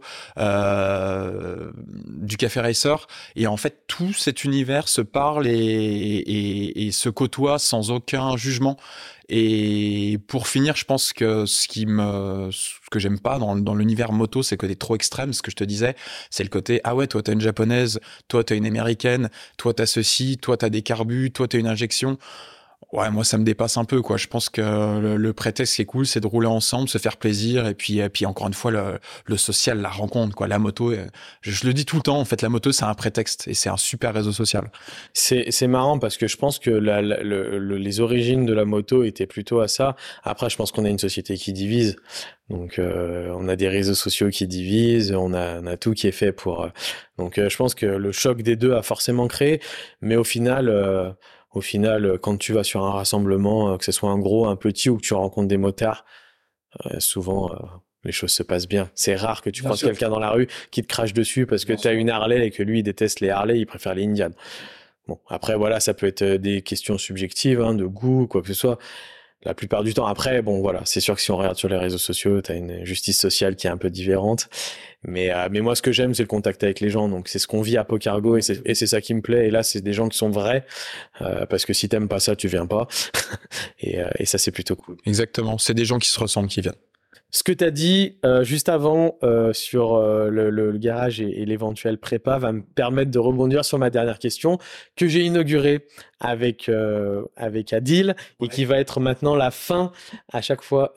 euh, du Café Racer, et en fait, tout cet univers se parle et, et, et se côtoie sans aucun jugement. Et pour finir, je pense que ce qui me, ce que j'aime pas dans, dans l'univers moto, c'est le côté trop extrême. Ce que je te disais, c'est le côté ah ouais, toi t'as une japonaise, toi t'as une américaine, toi t'as ceci, toi t'as des carbus, toi t'as une injection. Ouais, moi ça me dépasse un peu quoi. Je pense que le, le prétexte qui est cool, c'est de rouler ensemble, se faire plaisir et puis et puis encore une fois le, le social, la rencontre quoi. La moto, euh, je, je le dis tout le temps en fait, la moto c'est un prétexte et c'est un super réseau social. C'est c'est marrant parce que je pense que la, la- le- le- les origines de la moto étaient plutôt à ça. Après, je pense qu'on a une société qui divise. Donc, euh, on a des réseaux sociaux qui divisent, on a, on a tout qui est fait pour. euh, Donc, euh, je pense que le choc des deux a forcément créé. Mais au final, euh, au final, euh, quand tu vas sur un rassemblement, euh, que ce soit un gros, un petit, ou que tu rencontres des motards, euh, souvent, euh, les choses se passent bien. C'est rare que tu Bien croises sûr. quelqu'un dans la rue qui te crache dessus parce que Bien tu as sûr. une Harley et que lui, il déteste les Harley, il préfère les Indian. Bon, après, voilà, ça peut être euh, des questions subjectives, hein, de goût, quoi que ce soit. La plupart du temps, après, bon, voilà, c'est sûr que si on regarde sur les réseaux sociaux, t'as une justice sociale qui est un peu différente. Mais, euh, mais moi, ce que j'aime, c'est le contact avec les gens. Donc, c'est ce qu'on vit à Pocargo et c'est, et c'est ça qui me plaît. Et là, c'est des gens qui sont vrais, euh, parce que si t'aimes pas ça, tu viens pas. et, euh, et ça, c'est plutôt cool. Exactement, c'est des gens qui se ressemblent qui viennent. Ce que tu as dit euh, juste avant euh, sur euh, le, le- le garage et, et l'éventuel prépa va me permettre de rebondir sur ma dernière question que j'ai inaugurée avec, euh, avec Adil et qui va être maintenant la fin à chaque fois.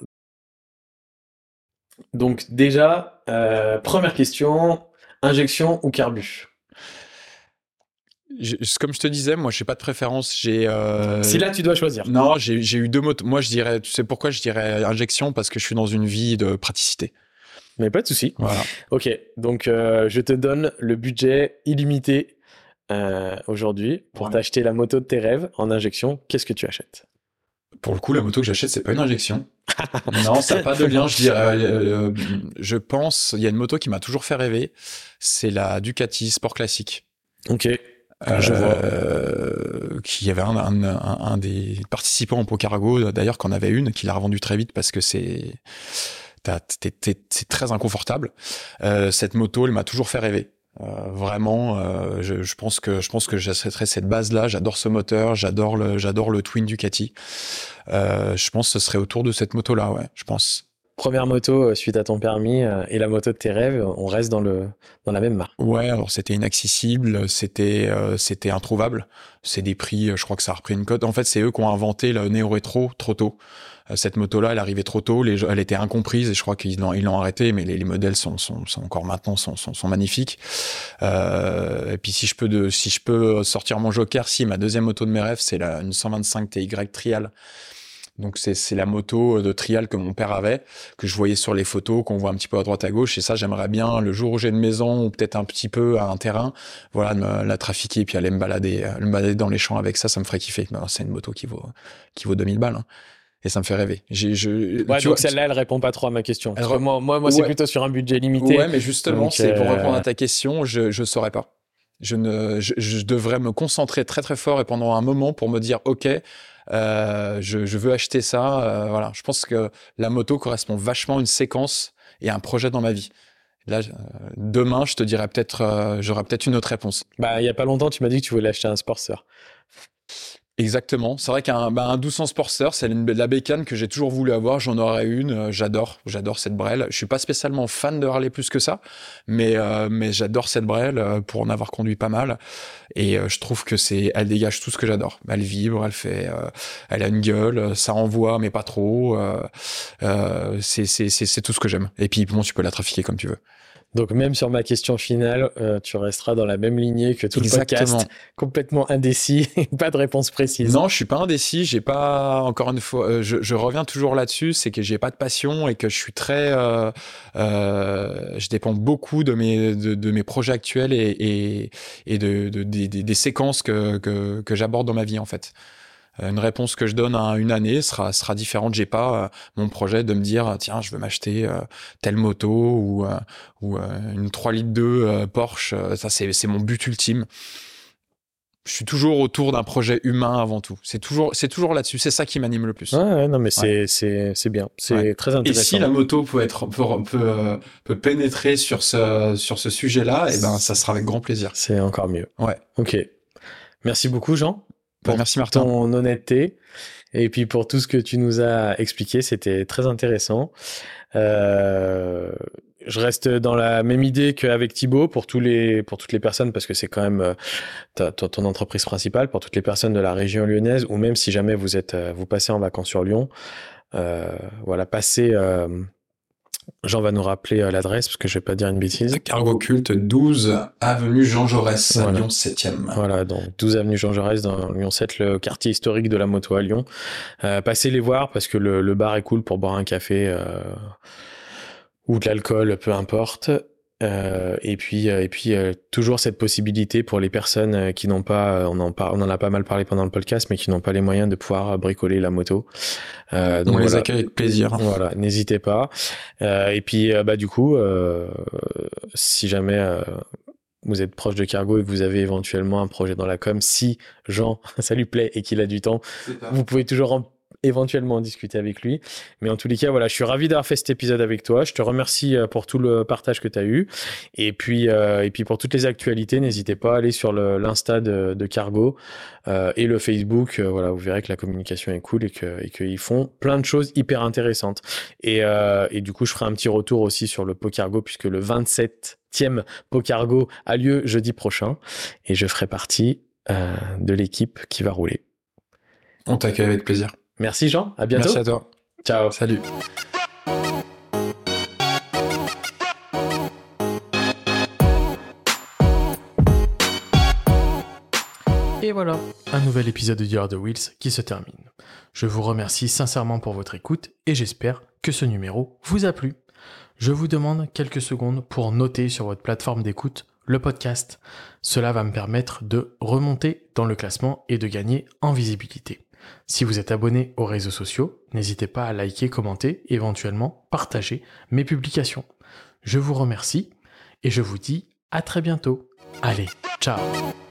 Donc déjà, euh, première question, injection ou carbu? Je- comme je te disais, moi j'ai pas de préférence. J'ai euh, Si là tu dois choisir. non, j'ai j'ai eu deux motos. Moi je dirais, tu sais pourquoi je dirais injection parce que je suis dans une vie de praticité. Mais pas de souci. Voilà. Ok, donc euh, je te donne le budget illimité euh, aujourd'hui pour Ouais. t'acheter la moto de tes rêves en injection. Qu'est-ce que tu achètes? Pour le coup, la moto que j'achète, c'est pas une injection. Non, ça n'a pas de lien. Je dirais, euh, euh, je pense, il y a une moto qui m'a toujours fait rêver. C'est la Ducati Sport Classique. Ok, je vois. Euh, qui y avait un, un, un, un des participants au Pocargo, d'ailleurs, qu'on avait une, qui l'a revendue très vite parce que c'est, t'as- t'es- t'es- c'est très inconfortable. Euh, cette moto, elle m'a toujours fait rêver. Euh, vraiment, euh, je, je pense que je pense que j'achèterais cette base-là. J'adore ce moteur, j'adore le, j'adore le Twin Ducati. Euh, je pense que ce serait autour de cette moto-là, ouais. Je pense. Première moto euh, suite à ton permis euh, et la moto de tes rêves, on reste dans le dans la même marque. Ouais, alors c'était inaccessible, c'était euh, c'était introuvable. C'est des prix, euh, je crois que ça a repris une cote. En fait, c'est eux qui ont inventé le néo rétro trop tôt. Euh, cette moto-là, elle arrivait trop tôt, les, gens- elle était incomprise et je crois qu'ils l'ont ils l'ont arrêté. Mais les, les modèles sont, sont sont encore maintenant sont sont, sont magnifiques. Euh, et puis si je peux de si je peux sortir mon joker, si ma deuxième moto de mes rêves, c'est la une cent vingt-cinq T Y Trial. Donc c'est c'est la moto de trial que mon père avait, que je voyais sur les photos, qu'on voit un petit peu à droite à gauche. Et ça, j'aimerais bien le jour où j'ai une maison ou peut-être un petit peu à un terrain, voilà, de me la trafiquer puis aller me balader, euh, me balader dans les champs avec ça, ça me ferait kiffer. Mais alors, c'est une moto qui vaut qui vaut deux mille balles, hein. Et ça me fait rêver. J'ai je Ouais, tu donc vois, celle-là, elle répond pas trop à ma question. Elle Parce que re- moi, moi, moi, c'est Ouais. plutôt sur un budget limité. Ouais, mais justement, Donc, c'est pour euh, répondre à ta question, je je saurais pas. Je ne, je, je devrais me concentrer très très fort et pendant un moment pour me dire, ok, euh, je, je veux acheter ça. Euh, voilà, je pense que la moto correspond vachement à une séquence et à un projet dans ma vie. Là, euh, demain, je te dirais peut-être, euh, j'aurai peut-être une autre réponse. Bah, il y a pas longtemps, tu m'as dit que tu voulais acheter un Sportster. Exactement. C'est vrai qu'un bah, un douze cents Sportster, c'est une- la bécane que j'ai toujours voulu avoir. J'en aurais une. Euh, j'adore, j'adore cette brelle. Je suis pas spécialement fan de Harley plus que ça, mais euh, mais j'adore cette brelle euh, pour en avoir conduit pas mal. Et euh, je trouve que c'est, elle dégage tout ce que j'adore. Elle vibre, elle fait, euh, elle a une gueule, ça envoie mais pas trop. Euh, euh, c'est c'est c'est c'est tout ce que j'aime. Et puis bon, tu peux la trafiquer comme tu veux. Donc, même sur ma question finale, euh, tu resteras dans la même lignée que tout Exactement. le podcast. Complètement indécis, pas de réponse précise. Non, je suis pas indécis. J'ai pas encore une fois. euh, je, je reviens toujours là-dessus, c'est que j'ai pas de passion et que je suis très. Euh, euh, je dépends beaucoup de mes de, de mes projets actuels et et, et de, de des, des, des séquences que que que j'aborde dans ma vie en fait. Euh, Une réponse que je donne à une année sera sera différente. J'ai pas euh, mon projet de me dire tiens je veux m'acheter euh, telle moto ou euh, ou euh, une trois litres deux euh, Porsche. Euh, Ça c'est c'est mon but ultime. Je suis toujours autour d'un projet humain avant tout. C'est toujours, c'est toujours là-dessus. C'est ça qui m'anime le plus. Ouais, ouais, non, mais c'est, c'est, c'est bien. C'est Ouais. très Et intéressant. si la moto peut être, peut, peut, euh, peut pénétrer sur ce, sur ce sujet-là, et ben, ça sera avec grand plaisir. C'est encore mieux. Ouais. Ok. Merci beaucoup, Jean, Bah, pour merci Martin. ton honnêteté et puis pour tout ce que tu nous as expliqué. C'était très intéressant. Euh, je reste dans la même idée qu'avec Thibaut pour tous les, pour toutes les personnes, parce que c'est quand même euh, ta, ton, ton entreprise principale, pour toutes les personnes de la région lyonnaise, ou même si jamais vous êtes, euh, vous passez en vacances sur Lyon, euh, voilà, passez. Euh, Jean va nous rappeler euh, l'adresse parce que je vais pas dire une bêtise. Cargo Culte, douze avenue Jean Jaurès, à Voilà. Lyon septième. Voilà, donc douze avenue Jean Jaurès dans Lyon sept, le quartier historique de la moto à Lyon. Euh, passez les voir parce que le, le bar est cool pour boire un café euh, ou de l'alcool, peu importe. Euh, et puis, euh, et puis euh, toujours cette possibilité pour les personnes euh, qui n'ont pas, on en, par, on en a pas mal parlé pendant le podcast, mais qui n'ont pas les moyens de pouvoir bricoler la moto. Euh, donc on voilà. les accueille avec plaisir. Voilà, n'hésitez pas. Euh, et puis, euh, bah du coup, euh, si jamais euh, vous êtes proche de Cargo et que vous avez éventuellement un projet dans la com, si Jean, ça lui plaît et qu'il a du temps, vous pouvez toujours en éventuellement en discuter avec lui. Mais en tous les cas, voilà, je suis ravi d'avoir fait cet épisode avec toi. Je te remercie pour tout le partage que tu as eu. Et puis, euh, et puis pour toutes les actualités, n'hésitez pas à aller sur le, l'Insta de, de Cargo euh, et le Facebook. Euh, voilà, vous verrez que la communication est cool et que, et qu'ils font plein de choses hyper intéressantes. Et, euh, et du coup, je ferai un petit retour aussi sur le Pau Cargo puisque le vingt-septième Pau Cargo a lieu jeudi prochain et je ferai partie euh, de l'équipe qui va rouler. On t'accueille avec plaisir. Merci Jean, à bientôt. Merci à toi. Ciao. Salut. Et voilà, un nouvel épisode de Year of the Wheels qui se termine. Je vous remercie sincèrement pour votre écoute et j'espère que ce numéro vous a plu. Je vous demande quelques secondes pour noter sur votre plateforme d'écoute le podcast. Cela va me permettre de remonter dans le classement et de gagner en visibilité. Si vous êtes abonné aux réseaux sociaux, n'hésitez pas à liker, commenter, éventuellement partager mes publications. Je vous remercie et je vous dis à très bientôt. Allez, ciao!